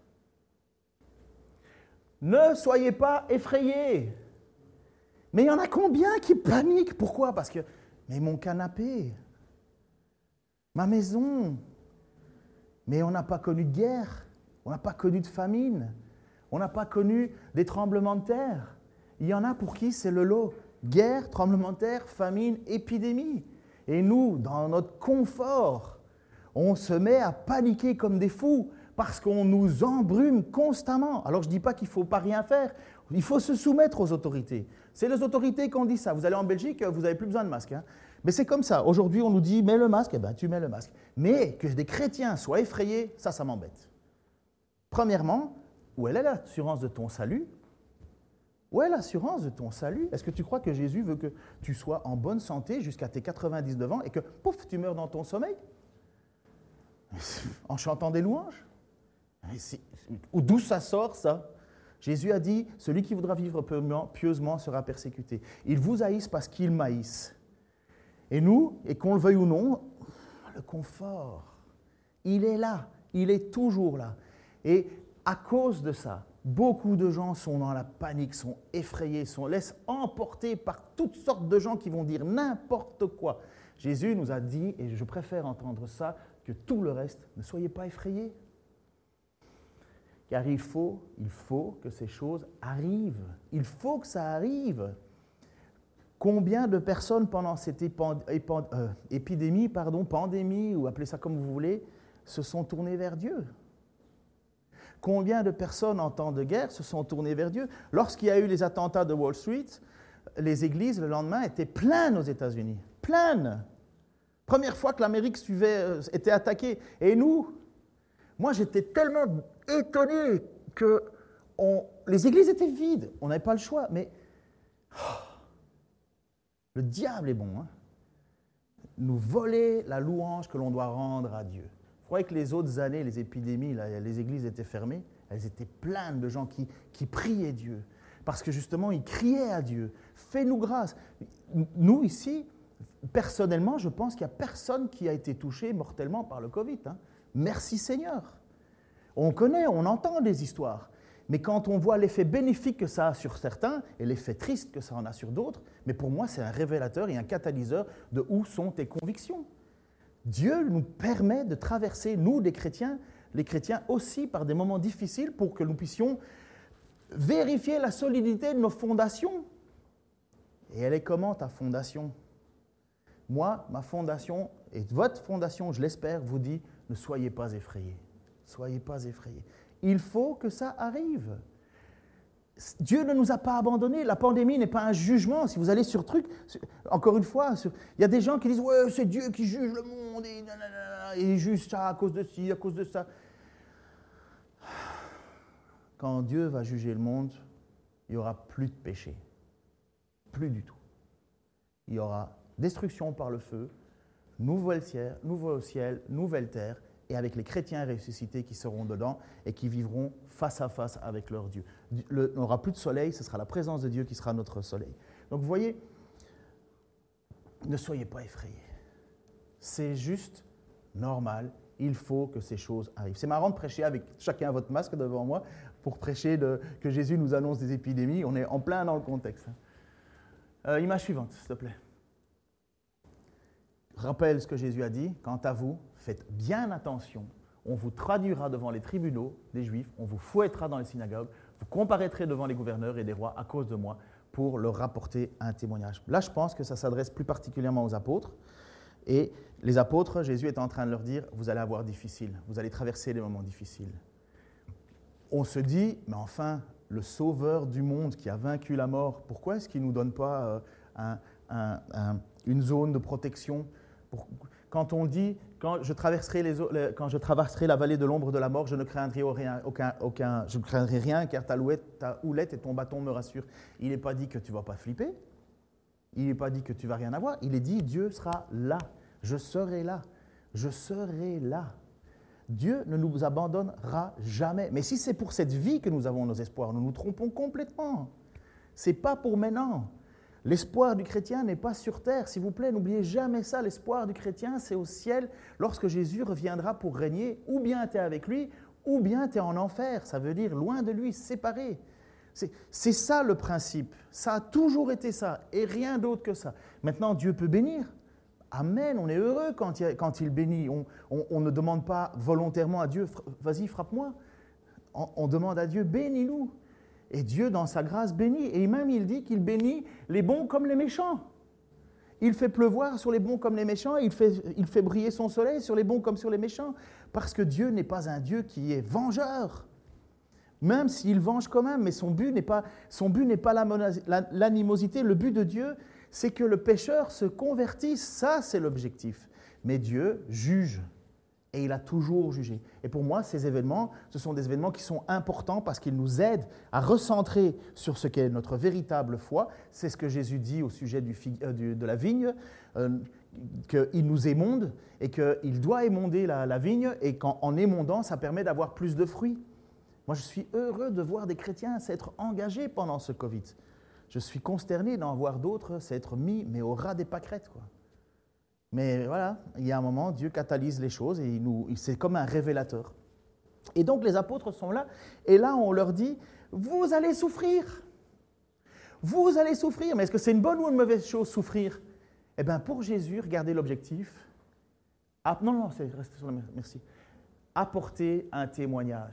Speaker 2: ne soyez pas effrayés. Mais il y en a combien qui paniquent? Pourquoi? Parce que, mais mon canapé, ma maison, mais on n'a pas connu de guerre. On n'a pas connu de famine, on n'a pas connu des tremblements de terre. Il y en a pour qui c'est le lot. Guerre, tremblement de terre, famine, épidémie. Et nous, dans notre confort, on se met à paniquer comme des fous parce qu'on nous embrume constamment. Alors je ne dis pas qu'il ne faut pas rien faire, il faut se soumettre aux autorités. C'est les autorités qui ont dit ça. Vous allez en Belgique, vous n'avez plus besoin de masque. Hein. Mais c'est comme ça. Aujourd'hui, on nous dit, mets le masque, eh bien tu mets le masque. Mais que des chrétiens soient effrayés, ça m'embête. Premièrement, où est l'assurance de ton salut? Où est l'assurance de ton salut? Est-ce que tu crois que Jésus veut que tu sois en bonne santé jusqu'à tes 99 ans et que, pouf, tu meurs dans ton sommeil? En chantant des louanges? D'où ça sort, ça? Jésus a dit, celui qui voudra vivre pieusement sera persécuté. Ils vous haïssent parce qu'ils m'haïssent. Et nous, et qu'on le veuille ou non, le confort, il est là, il est toujours là. Et à cause de ça, beaucoup de gens sont dans la panique, sont effrayés, laissent emporter par toutes sortes de gens qui vont dire n'importe quoi. Jésus nous a dit, et je préfère entendre ça, que tout le reste, ne soyez pas effrayés. Car il faut que ces choses arrivent. Il faut que ça arrive. Combien de personnes pendant cette épidémie, pandémie, ou appelez ça comme vous voulez, se sont tournées vers Dieu? Combien de personnes en temps de guerre se sont tournées vers Dieu? Lorsqu'il y a eu les attentats de Wall Street, les églises, le lendemain, étaient pleines aux États-Unis. Pleines. Première fois que l'Amérique était attaquée. Et nous, Moi, j'étais tellement étonné que les églises étaient vides. On n'avait pas le choix, mais le diable est bon. Hein? Nous voler la louange que l'on doit rendre à Dieu. Vous croyez que les autres années, les épidémies, là, les églises étaient fermées? Elles étaient pleines de gens qui priaient Dieu. Parce que justement, ils criaient à Dieu. Fais-nous grâce. Nous, ici, personnellement, je pense qu'il n'y a personne qui a été touché mortellement par le Covid. Hein. Merci Seigneur. On connaît, on entend des histoires. Mais quand on voit l'effet bénéfique que ça a sur certains et l'effet triste que ça en a sur d'autres, mais pour moi, c'est un révélateur et un catalyseur de où sont tes convictions. Dieu nous permet de traverser, nous, les chrétiens aussi, par des moments difficiles pour que nous puissions vérifier la solidité de nos fondations. Et elle est comment, ta fondation? Moi, ma fondation et votre fondation, je l'espère, vous dit, ne soyez pas effrayés. Soyez pas effrayés. Il faut que ça arrive. Dieu ne nous a pas abandonnés. La pandémie n'est pas un jugement. Si vous allez sur truc, encore une fois, il y a des gens qui disent « Ouais, c'est Dieu qui juge le monde et il juge ça à cause de ci, à cause de ça. » Quand Dieu va juger le monde, il n'y aura plus de péché. Plus du tout. Il y aura destruction par le feu, nouveau ciel, nouvelle terre, et avec les chrétiens ressuscités qui seront dedans et qui vivront face à face avec leur Dieu. On n'aura plus de soleil, ce sera la présence de Dieu qui sera notre soleil. Donc vous voyez, ne soyez pas effrayés. C'est juste normal, il faut que ces choses arrivent. C'est marrant de prêcher avec chacun votre masque devant moi pour prêcher que Jésus nous annonce des épidémies. On est en plein dans le contexte. Image suivante, s'il te plaît. Rappelle ce que Jésus a dit. Quant à vous, faites bien attention. On vous traduira devant les tribunaux des Juifs, on vous fouettera dans les synagogues, vous comparaîtrez devant les gouverneurs et des rois à cause de moi pour leur rapporter un témoignage. Là, je pense que ça s'adresse plus particulièrement aux apôtres. Et les apôtres, Jésus est en train de leur dire, vous allez avoir difficile, vous allez traverser des moments difficiles. On se dit, mais enfin, le sauveur du monde qui a vaincu la mort, pourquoi est-ce qu'il ne nous donne pas une zone de protection? Quand on dit, quand je traverserai la vallée de l'ombre de la mort, je ne craindrai rien, car ta houlette et ton bâton me rassurent. Il n'est pas dit que tu ne vas pas flipper, il n'est pas dit que tu ne vas rien avoir, il est dit, Dieu sera là, je serai là, je serai là. Dieu ne nous abandonnera jamais. Mais si c'est pour cette vie que nous avons nos espoirs, nous nous trompons complètement. Ce n'est pas pour maintenant. L'espoir du chrétien n'est pas sur terre. S'il vous plaît, n'oubliez jamais ça. L'espoir du chrétien, c'est au ciel, lorsque Jésus reviendra pour régner. Ou bien tu es avec lui, ou bien tu es en enfer. Ça veut dire loin de lui, séparé. C'est ça le principe. Ça a toujours été ça, et rien d'autre que ça. Maintenant, Dieu peut bénir. Amen, on est heureux quand il bénit. On ne demande pas volontairement à Dieu, vas-y, frappe-moi. On demande à Dieu, bénis-nous. Et Dieu, dans sa grâce, bénit. Et même, il dit qu'il bénit les bons comme les méchants. Il fait pleuvoir sur les bons comme les méchants. Il fait briller son soleil sur les bons comme sur les méchants. Parce que Dieu n'est pas un Dieu qui est vengeur. Même s'il venge quand même, mais son but n'est pas l'animosité. Le but de Dieu, c'est que le pécheur se convertisse. Ça, c'est l'objectif. Mais Dieu juge. Et il a toujours jugé. Et pour moi, ces événements, ce sont des événements qui sont importants parce qu'ils nous aident à recentrer sur ce qu'est notre véritable foi. C'est ce que Jésus dit au sujet de la vigne, qu'il nous émonde et qu'il doit émonder la vigne et qu'en émondant, ça permet d'avoir plus de fruits. Moi, je suis heureux de voir des chrétiens s'être engagés pendant ce Covid. Je suis consterné d'en voir d'autres s'être mis, mais au ras des pâquerettes, quoi. Mais voilà, il y a un moment, Dieu catalyse les choses et c'est comme un révélateur. Et donc les apôtres sont là, et là on leur dit, vous allez souffrir. Vous allez souffrir. Mais est-ce que c'est une bonne ou une mauvaise chose, souffrir? Eh bien pour Jésus, regardez l'objectif. Non, c'est restez sur la merci. Apporter un témoignage.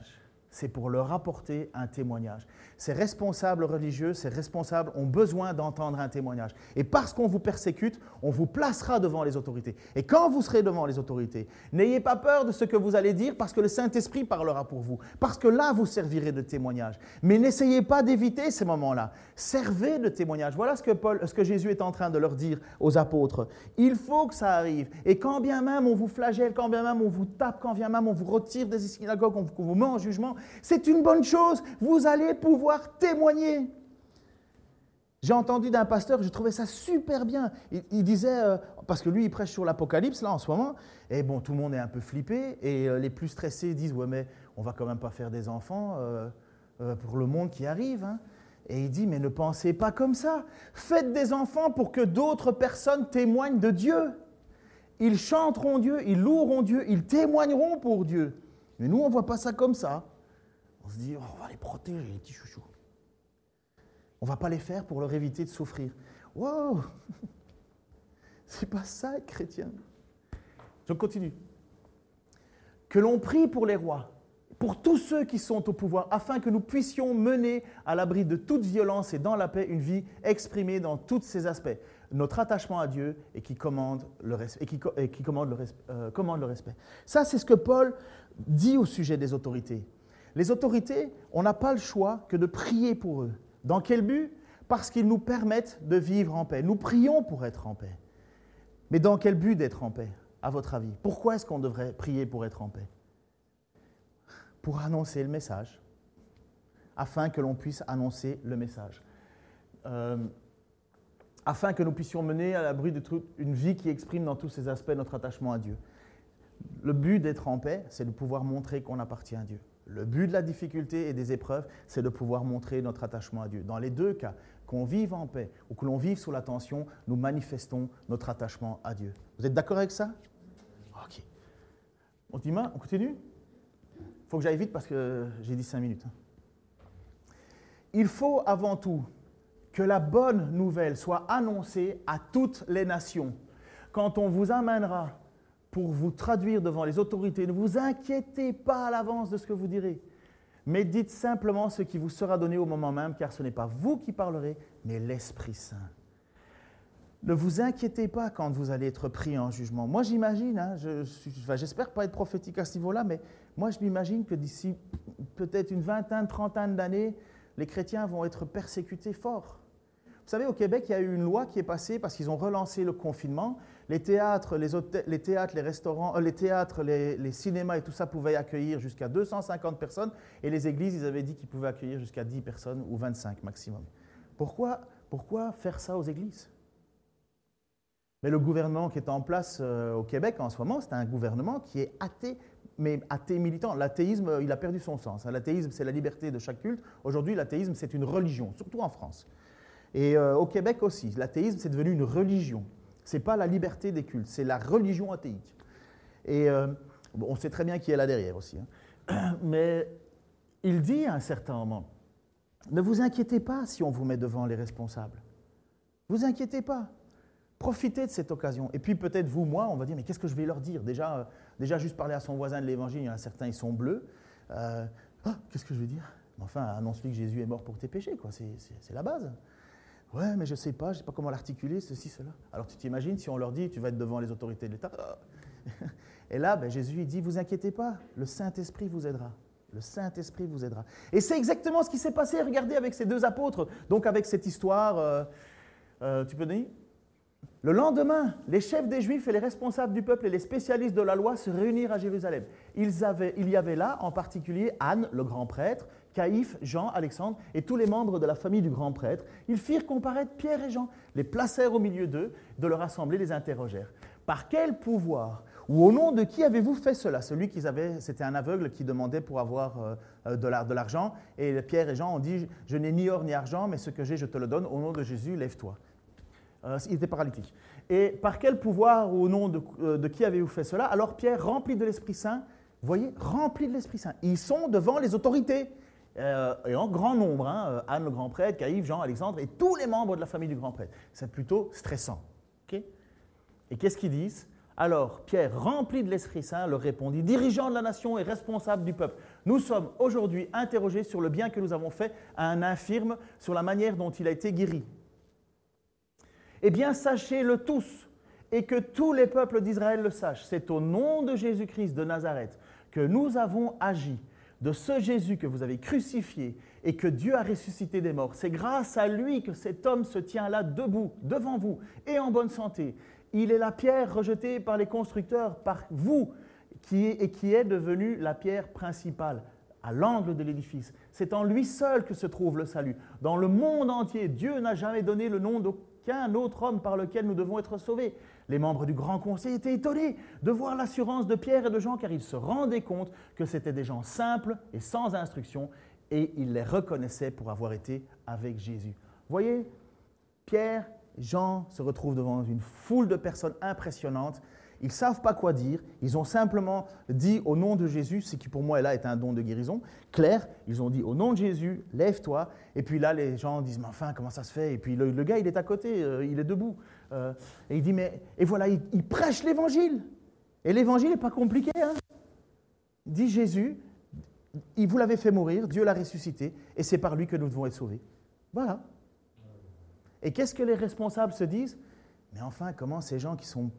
Speaker 2: c'est pour leur apporter un témoignage. Ces responsables religieux, ces responsables ont besoin d'entendre un témoignage. Et parce qu'on vous persécute, on vous placera devant les autorités. Et quand vous serez devant les autorités, n'ayez pas peur de ce que vous allez dire parce que le Saint-Esprit parlera pour vous. Parce que là, vous servirez de témoignage. Mais n'essayez pas d'éviter ces moments-là. Servez de témoignage. Voilà ce que Jésus est en train de leur dire aux apôtres. Il faut que ça arrive. Et quand bien même on vous flagelle, quand bien même on vous tape, quand bien même on vous retire des synagogues, qu'on vous met en jugement, c'est une bonne chose, vous allez pouvoir témoigner. J'ai entendu d'un pasteur, j'ai trouvé ça super bien. Il disait, parce que lui, il prêche sur l'Apocalypse, là, en ce moment, et bon, tout le monde est un peu flippé, et les plus stressés disent, ouais, mais on va quand même pas faire des enfants pour le monde qui arrive. Hein. Et il dit, mais ne pensez pas comme ça. Faites des enfants pour que d'autres personnes témoignent de Dieu. Ils chanteront Dieu, ils loueront Dieu, ils témoigneront pour Dieu. Mais nous, on ne voit pas ça comme ça. On se dit, oh, on va les protéger, les petits chouchous. On ne va pas les faire pour leur éviter de souffrir. Wow! C'est pas ça, être chrétien. Je continue. Que l'on prie pour les rois, pour tous ceux qui sont au pouvoir, afin que nous puissions mener à l'abri de toute violence et dans la paix une vie exprimée dans tous ses aspects. Notre attachement à Dieu et qui commande le respect. Commande le respect. Ça, c'est ce que Paul dit au sujet des autorités. Les autorités, on n'a pas le choix que de prier pour eux. Dans quel but ? Parce qu'ils nous permettent de vivre en paix. Nous prions pour être en paix. Mais dans quel but d'être en paix, à votre avis ? Pourquoi est-ce qu'on devrait prier pour être en paix ? Pour annoncer le message, afin que l'on puisse annoncer le message. Afin que nous puissions mener à l'abri de une vie qui exprime dans tous ses aspects notre attachement à Dieu. Le but d'être en paix, c'est de pouvoir montrer qu'on appartient à Dieu. Le but de la difficulté et des épreuves, c'est de pouvoir montrer notre attachement à Dieu. Dans les deux cas, qu'on vive en paix ou que l'on vive sous la tension, nous manifestons notre attachement à Dieu. Vous êtes d'accord avec ça ? Ok. On continue ? Il faut que j'aille vite parce que j'ai dit 5 minutes. Il faut avant tout que la bonne nouvelle soit annoncée à toutes les nations. Quand on vous amènera pour vous traduire devant les autorités, ne vous inquiétez pas à l'avance de ce que vous direz, mais dites simplement ce qui vous sera donné au moment même, car ce n'est pas vous qui parlerez, mais l'Esprit Saint. Ne vous inquiétez pas quand vous allez être pris en jugement. Moi, j'imagine, hein, j'espère pas être prophétique à ce niveau-là, mais moi, je m'imagine que d'ici peut-être une vingtaine, trentaine d'années, les chrétiens vont être persécutés fort. Vous savez, au Québec, il y a eu une loi qui est passée parce qu'ils ont relancé le confinement. Les théâtres, les restaurants, les cinémas et tout ça pouvaient accueillir jusqu'à 250 personnes. Et les églises, ils avaient dit qu'ils pouvaient accueillir jusqu'à 10 personnes ou 25 maximum. Pourquoi faire ça aux églises ? Mais le gouvernement qui est en place au Québec en ce moment, c'est un gouvernement qui est athée, mais athée militant. L'athéisme, il a perdu son sens. L'athéisme, c'est la liberté de chaque culte. Aujourd'hui, l'athéisme, c'est une religion, surtout en France. Et au Québec aussi, l'athéisme, c'est devenu une religion. Ce n'est pas la liberté des cultes, c'est la religion athéique. Et on sait très bien qui est là derrière aussi. Hein. Mais il dit à un certain moment, ne vous inquiétez pas si on vous met devant les responsables. Ne vous inquiétez pas. Profitez de cette occasion. Et puis peut-être vous, moi, on va dire, mais qu'est-ce que je vais leur dire ? Déjà, juste parler à son voisin de l'Évangile, il y en a certains, ils sont bleus. Qu'est-ce que je vais dire ? Enfin, annonce-lui que Jésus est mort pour tes péchés, quoi. C'est la base. Ouais, mais je ne sais pas comment l'articuler, ceci, cela. Alors tu t'imagines si on leur dit, tu vas être devant les autorités de l'État. Et là, Jésus il dit, vous inquiétez pas, le Saint-Esprit vous aidera. Le Saint-Esprit vous aidera. Et c'est exactement ce qui s'est passé, regardez, avec ces deux apôtres. Donc avec cette histoire, tu peux donner ? Le lendemain, les chefs des Juifs et les responsables du peuple et les spécialistes de la loi se réunirent à Jérusalem. Il y avait là, en particulier, Anne, le grand prêtre, Caïphe, Jean, Alexandre et tous les membres de la famille du grand prêtre. Ils firent comparaître Pierre et Jean, les placèrent au milieu d'eux, de leur assemblée, les interrogèrent. Par quel pouvoir ou au nom de qui avez-vous fait cela ? C'était un aveugle qui demandait pour avoir de l'argent. Et Pierre et Jean ont dit, je n'ai ni or ni argent, mais ce que j'ai, je te le donne. Au nom de Jésus, lève-toi. Il était paralytique. Et par quel pouvoir ou au nom de qui avez-vous fait cela ? Alors Pierre, rempli de l'Esprit Saint, vous voyez, rempli de l'Esprit Saint. Ils sont devant les autorités, et en grand nombre, hein, Anne le grand prêtre, Caïphe, Jean, Alexandre, et tous les membres de la famille du grand prêtre. C'est plutôt stressant. Okay ? Et qu'est-ce qu'ils disent ? Alors Pierre, rempli de l'Esprit Saint, leur répondit, dirigeant de la nation et responsable du peuple, nous sommes aujourd'hui interrogés sur le bien que nous avons fait à un infirme, sur la manière dont il a été guéri. Eh bien, sachez-le tous, et que tous les peuples d'Israël le sachent, c'est au nom de Jésus-Christ de Nazareth que nous avons agi, de ce Jésus que vous avez crucifié et que Dieu a ressuscité des morts. C'est grâce à lui que cet homme se tient là debout, devant vous, et en bonne santé. Il est la pierre rejetée par les constructeurs, par vous, qui est devenue la pierre principale, à l'angle de l'édifice. C'est en lui seul que se trouve le salut. Dans le monde entier, Dieu n'a jamais donné le nom d'aucun autre homme par lequel nous devons être sauvés. Les membres du Grand Conseil étaient étonnés de voir l'assurance de Pierre et de Jean, car ils se rendaient compte que c'étaient des gens simples et sans instruction, et ils les reconnaissaient pour avoir été avec Jésus. Voyez, Pierre et Jean se retrouvent devant une foule de personnes impressionnantes. Ils ne savent pas quoi dire. Ils ont simplement dit au nom de Jésus, ce qui pour moi là est un don de guérison. Clair, ils ont dit au nom de Jésus, lève-toi. Et puis là, les gens disent, mais enfin, comment ça se fait? Et puis le gars, il est à côté, il est debout. Et il dit, et voilà, il prêche l'évangile. Et l'évangile n'est pas compliqué. Hein? Dit Jésus, vous l'avez fait mourir, Dieu l'a ressuscité, et c'est par lui que nous devons être sauvés. Voilà. Et qu'est-ce que les responsables se disent? Mais enfin, comment ces gens qui sont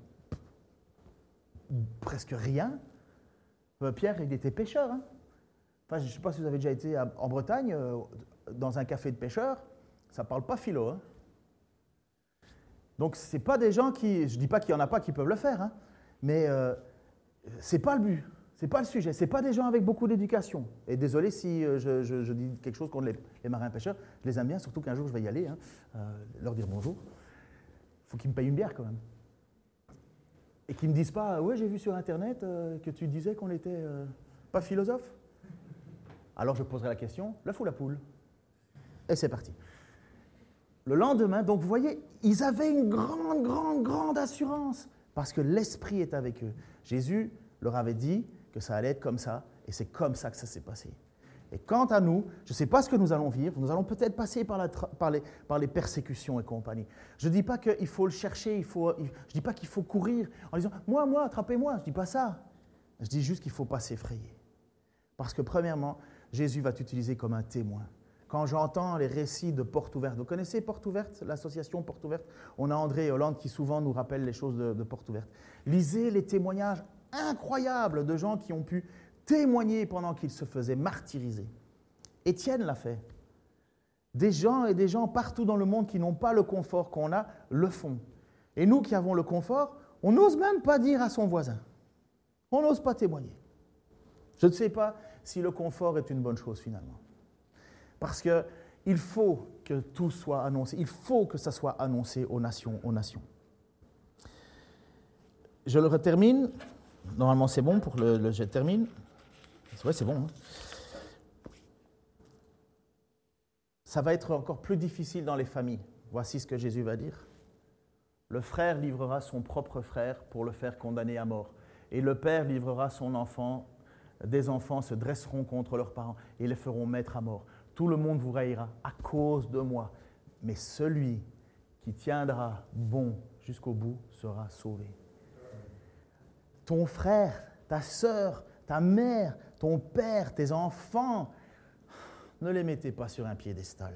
Speaker 2: presque rien. Pierre, il était pêcheur. Hein. Enfin, je ne sais pas si vous avez déjà été en Bretagne, dans un café de pêcheurs, ça ne parle pas philo. Hein. Donc, ce n'est pas des gens qui... Je ne dis pas qu'il n'y en a pas qui peuvent le faire, hein, mais ce n'est pas le but, ce n'est pas le sujet. Ce n'est pas des gens avec beaucoup d'éducation. Et désolé si je dis quelque chose contre les marins pêcheurs, je les aime bien, surtout qu'un jour je vais y aller, hein, leur dire bonjour. Il faut qu'ils me payent une bière quand même. Et qu'ils ne me disent pas « Ouais, j'ai vu sur Internet que tu disais qu'on n'était pas philosophe. » Alors je poserai la question, l'œuf ou la poule? Et c'est parti. Le lendemain, donc vous voyez, ils avaient une grande assurance parce que l'Esprit est avec eux. Jésus leur avait dit que ça allait être comme ça et c'est comme ça que ça s'est passé. Et quant à nous, je ne sais pas ce que nous allons vivre, nous allons peut-être passer par les persécutions et compagnie. Je ne dis pas qu'il faut le chercher, je ne dis pas qu'il faut courir en disant « Moi, attrapez-moi », je ne dis pas ça. Je dis juste qu'il ne faut pas s'effrayer. Parce que premièrement, Jésus va t'utiliser comme un témoin. Quand j'entends les récits de Porte Ouverte, vous connaissez Porte Ouverte, l'association Porte Ouverte? On a André Hollande qui souvent nous rappelle les choses de Porte Ouverte. Lisez les témoignages incroyables de gens qui ont pu témoigner pendant qu'ils se faisaient martyriser. Étienne l'a fait. Des gens partout dans le monde qui n'ont pas le confort qu'on a, le font. Et nous qui avons le confort, on n'ose même pas dire à son voisin. On n'ose pas témoigner. Je ne sais pas si le confort est une bonne chose finalement. Parce qu'il faut que tout soit annoncé. Il faut que ça soit annoncé aux nations. Je le termine. Normalement, c'est bon pour je termine. Ouais, c'est bon. Hein. Ça va être encore plus difficile dans les familles. Voici ce que Jésus va dire. Le frère livrera son propre frère pour le faire condamner à mort. Et le père livrera son enfant. Des enfants se dresseront contre leurs parents et les feront mettre à mort. Tout le monde vous raillera à cause de moi. Mais celui qui tiendra bon jusqu'au bout sera sauvé. Ton frère, ta sœur, ta mère, ton père, tes enfants, ne les mettez pas sur un piédestal.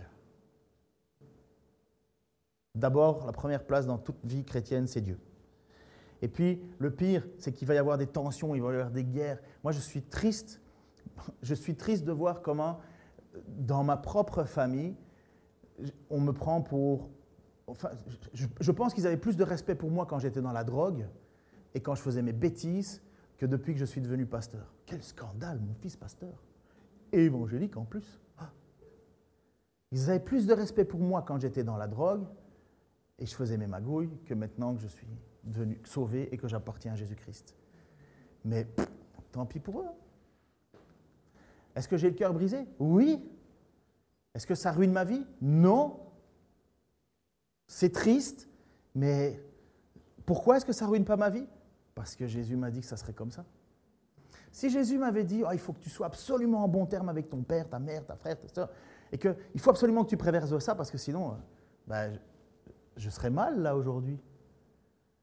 Speaker 2: D'abord, la première place dans toute vie chrétienne, c'est Dieu. Et puis, le pire, c'est qu'il va y avoir des tensions, il va y avoir des guerres. Moi, je suis triste de voir comment, dans ma propre famille, on me prend pour... Enfin, je pense qu'ils avaient plus de respect pour moi quand j'étais dans la drogue et quand je faisais mes bêtises que depuis que je suis devenu pasteur. Quel scandale, mon fils pasteur. Et évangélique en plus. Ils avaient plus de respect pour moi quand j'étais dans la drogue et je faisais mes magouilles que maintenant que je suis devenu sauvé et que j'appartiens à Jésus-Christ. Mais tant pis pour eux. Est-ce que j'ai le cœur brisé? Oui. Est-ce que ça ruine ma vie? Non. C'est triste, mais pourquoi est-ce que ça ne ruine pas ma vie? Parce que Jésus m'a dit que ça serait comme ça. Si Jésus m'avait dit « il faut que tu sois absolument en bon terme avec ton père, ta mère, ta frère, ta soeur, et qu'il faut absolument que tu préserves ça parce que sinon, je serais mal là aujourd'hui. »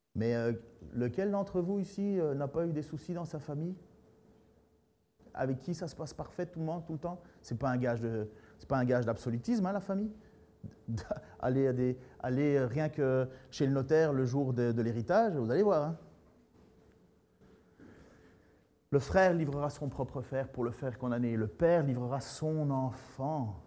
Speaker 2: Mais lequel d'entre vous ici n'a pas eu des soucis dans sa famille? Avec qui ça se passe parfait tout le temps? C'est pas un gage d'absolutisme, hein, la famille. Allez rien que chez le notaire le jour de l'héritage, vous allez voir. Hein. Le frère livrera son propre frère pour le faire condamner. Le père livrera son enfant.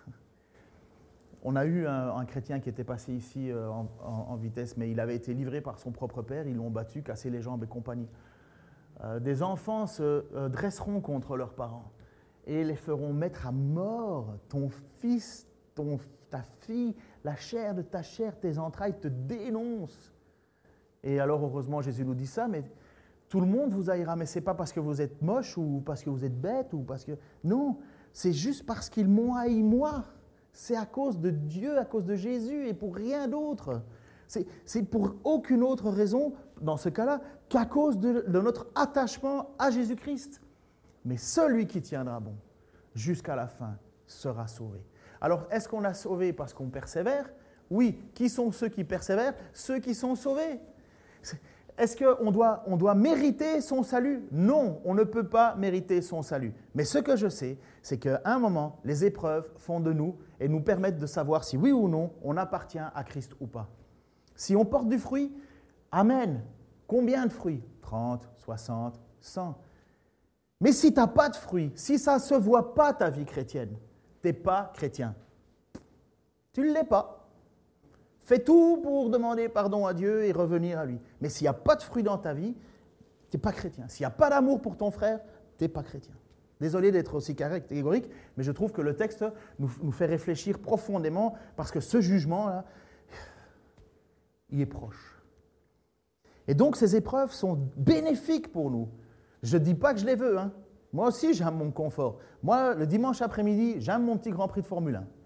Speaker 2: On a eu un chrétien qui était passé ici en vitesse, mais il avait été livré par son propre père. Ils l'ont battu, cassé les jambes et compagnie. Des enfants se dresseront contre leurs parents et les feront mettre à mort. Ton fils, ta fille, la chair de ta chair, tes entrailles te dénoncent. Et alors, heureusement, Jésus nous dit ça, mais tout le monde vous haïra. Mais ce n'est pas parce que vous êtes moche ou parce que vous êtes bête ou parce que... Non, c'est juste parce qu'ils m'ont haï moi. C'est à cause de Dieu, à cause de Jésus et pour rien d'autre. C'est pour aucune autre raison, dans ce cas-là, qu'à cause de notre attachement à Jésus-Christ. Mais celui qui tiendra bon jusqu'à la fin sera sauvé. Alors, est-ce qu'on a sauvé parce qu'on persévère? Oui. Qui sont ceux qui persévèrent? Ceux qui sont sauvés. Est-ce qu'on doit mériter son salut? Non, on ne peut pas mériter son salut. Mais ce que je sais, c'est qu'à un moment, les épreuves font de nous et nous permettent de savoir si oui ou non on appartient à Christ ou pas. Si on porte du fruit, amen. Combien de fruits? 30, 60, 100. Mais si tu n'as pas de fruits, si ça ne se voit pas ta vie chrétienne, tu n'es pas chrétien. Tu ne l'es pas. Fais tout pour demander pardon à Dieu et revenir à lui. Mais s'il n'y a pas de fruits dans ta vie, tu n'es pas chrétien. S'il n'y a pas d'amour pour ton frère, tu n'es pas chrétien. Désolé d'être aussi catégorique, mais je trouve que le texte nous fait réfléchir profondément parce que ce jugement-là, il est proche. Et donc, ces épreuves sont bénéfiques pour nous. Je ne dis pas que je les veux. Hein. Moi aussi, j'aime mon confort. Moi, le dimanche après-midi, j'aime mon petit Grand Prix de Formule 1.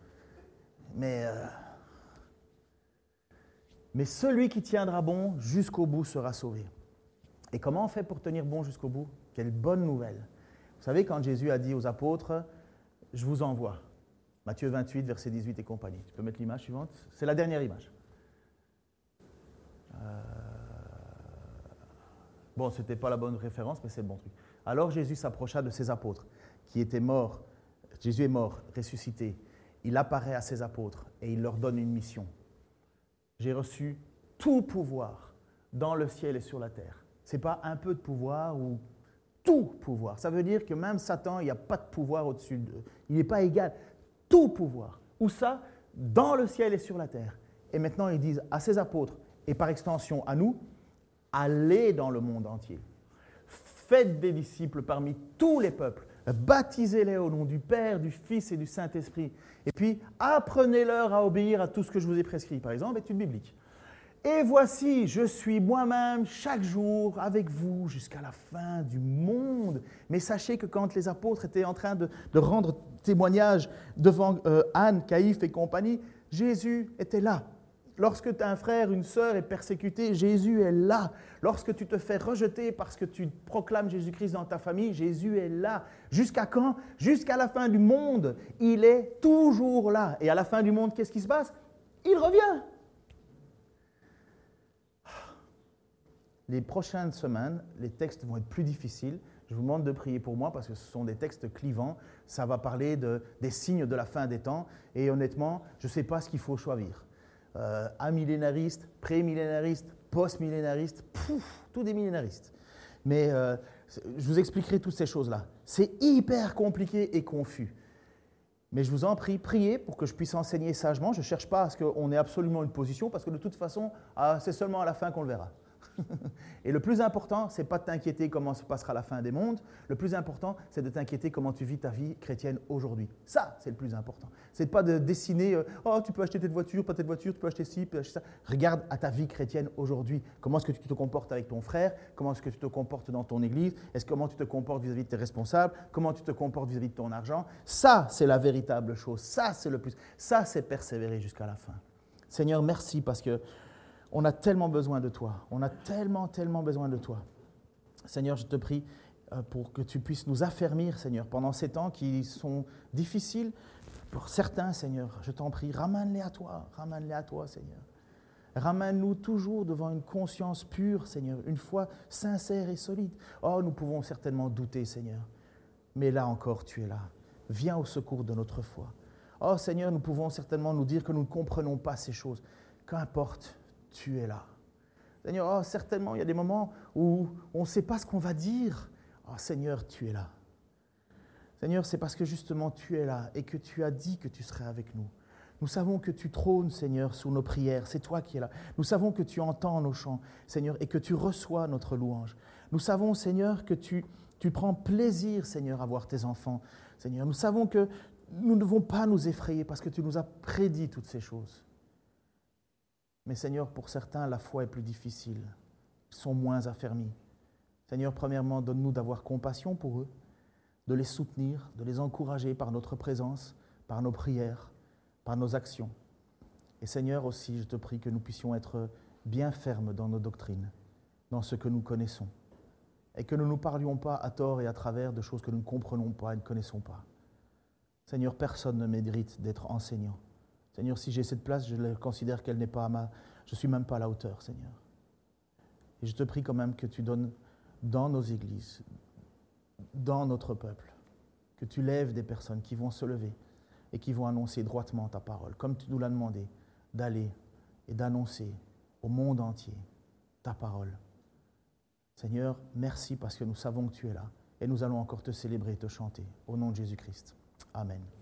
Speaker 2: Mais celui qui tiendra bon jusqu'au bout sera sauvé. Et comment on fait pour tenir bon jusqu'au bout? Quelle bonne nouvelle. Vous savez, quand Jésus a dit aux apôtres, « Je vous envoie », Matthieu 28, verset 18 et compagnie. Tu peux mettre l'image suivante? C'est la dernière image. Bon, ce n'était pas la bonne référence, mais c'est le bon truc. Alors Jésus s'approcha de ses apôtres, qui étaient morts. Jésus est mort, ressuscité. Il apparaît à ses apôtres et il leur donne une mission. J'ai reçu tout pouvoir dans le ciel et sur la terre. Ce n'est pas un peu de pouvoir ou tout pouvoir. Ça veut dire que même Satan, il n'y a pas de pouvoir au-dessus d'eux. Il n'est pas égal. Tout pouvoir. Où ça? Dans le ciel et sur la terre. Et maintenant, ils disent à ses apôtres, et par extension à nous, allez dans le monde entier. Faites des disciples parmi tous les peuples. Baptisez-les au nom du Père, du Fils et du Saint-Esprit. Et puis, apprenez-leur à obéir à tout ce que je vous ai prescrit. Par exemple, étude biblique. Et voici, je suis moi-même chaque jour avec vous jusqu'à la fin du monde. Mais sachez que quand les apôtres étaient en train de rendre témoignage devant Anne, Caïphe et compagnie, Jésus était là. Lorsque tu as un frère, une sœur est persécuté, Jésus est là. Lorsque tu te fais rejeter parce que tu proclames Jésus-Christ dans ta famille, Jésus est là. Jusqu'à quand? Jusqu'à la fin du monde. Il est toujours là. Et à la fin du monde, qu'est-ce qui se passe? Il revient. Les prochaines semaines, les textes vont être plus difficiles. Je vous demande de prier pour moi parce que ce sont des textes clivants. Ça va parler des signes de la fin des temps. Et honnêtement, je ne sais pas ce qu'il faut choisir. Amillénariste, pré-millénariste, post-millénariste, tous des millénaristes. Mais je vous expliquerai toutes ces choses-là. C'est hyper compliqué et confus. Mais je vous en prie, priez pour que je puisse enseigner sagement. Je ne cherche pas à ce qu'on ait absolument une position parce que de toute façon, c'est seulement à la fin qu'on le verra. Et le plus important, ce n'est pas de t'inquiéter comment se passera la fin des mondes. Le plus important, c'est de t'inquiéter comment tu vis ta vie chrétienne aujourd'hui. Ça, c'est le plus important. Ce n'est pas de dessiner « Oh, tu peux acheter telle voiture, pas telle voiture, tu peux acheter ci, tu peux acheter ça. » Regarde à ta vie chrétienne aujourd'hui. Comment est-ce que tu te comportes avec ton frère? Comment est-ce que tu te comportes dans ton église? Comment tu te comportes vis-à-vis de tes responsables? Comment tu te comportes vis-à-vis de ton argent? Ça, c'est la véritable chose. Ça, c'est le plus. Ça, c'est persévérer jusqu'à la fin. Seigneur, merci parce que on a tellement besoin de toi. On a tellement, tellement besoin de toi. Seigneur, je te prie pour que tu puisses nous affermir, Seigneur, pendant ces temps qui sont difficiles. Pour certains, Seigneur, je t'en prie, ramène-les à toi, Seigneur. Ramène-nous toujours devant une conscience pure, Seigneur, une foi sincère et solide. Oh, nous pouvons certainement douter, Seigneur, mais là encore, tu es là. Viens au secours de notre foi. Oh, Seigneur, nous pouvons certainement nous dire que nous ne comprenons pas ces choses. Qu'importe, tu es là. Seigneur, oh, certainement, il y a des moments où on ne sait pas ce qu'on va dire. Oh, Seigneur, tu es là. Seigneur, c'est parce que justement tu es là et que tu as dit que tu serais avec nous. Nous savons que tu trônes, Seigneur, sous nos prières. C'est toi qui es là. Nous savons que tu entends nos chants, Seigneur, et que tu reçois notre louange. Nous savons, Seigneur, que tu prends plaisir, Seigneur, à voir tes enfants. Seigneur, nous savons que nous ne devons pas nous effrayer parce que tu nous as prédit toutes ces choses. Mais Seigneur, pour certains, la foi est plus difficile. Ils sont moins affermis. Seigneur, premièrement, donne-nous d'avoir compassion pour eux, de les soutenir, de les encourager par notre présence, par nos prières, par nos actions. Et Seigneur aussi, je te prie que nous puissions être bien fermes dans nos doctrines, dans ce que nous connaissons, et que nous ne nous parlions pas à tort et à travers de choses que nous ne comprenons pas et ne connaissons pas. Seigneur, personne ne mérite d'être enseignant. Seigneur, si j'ai cette place, je considère qu'elle n'est pas je ne suis même pas à la hauteur, Seigneur. Et je te prie quand même que tu donnes dans nos églises, dans notre peuple, que tu lèves des personnes qui vont se lever et qui vont annoncer droitement ta parole, comme tu nous l'as demandé, d'aller et d'annoncer au monde entier ta parole. Seigneur, merci parce que nous savons que tu es là et nous allons encore te célébrer et te chanter. Au nom de Jésus-Christ. Amen.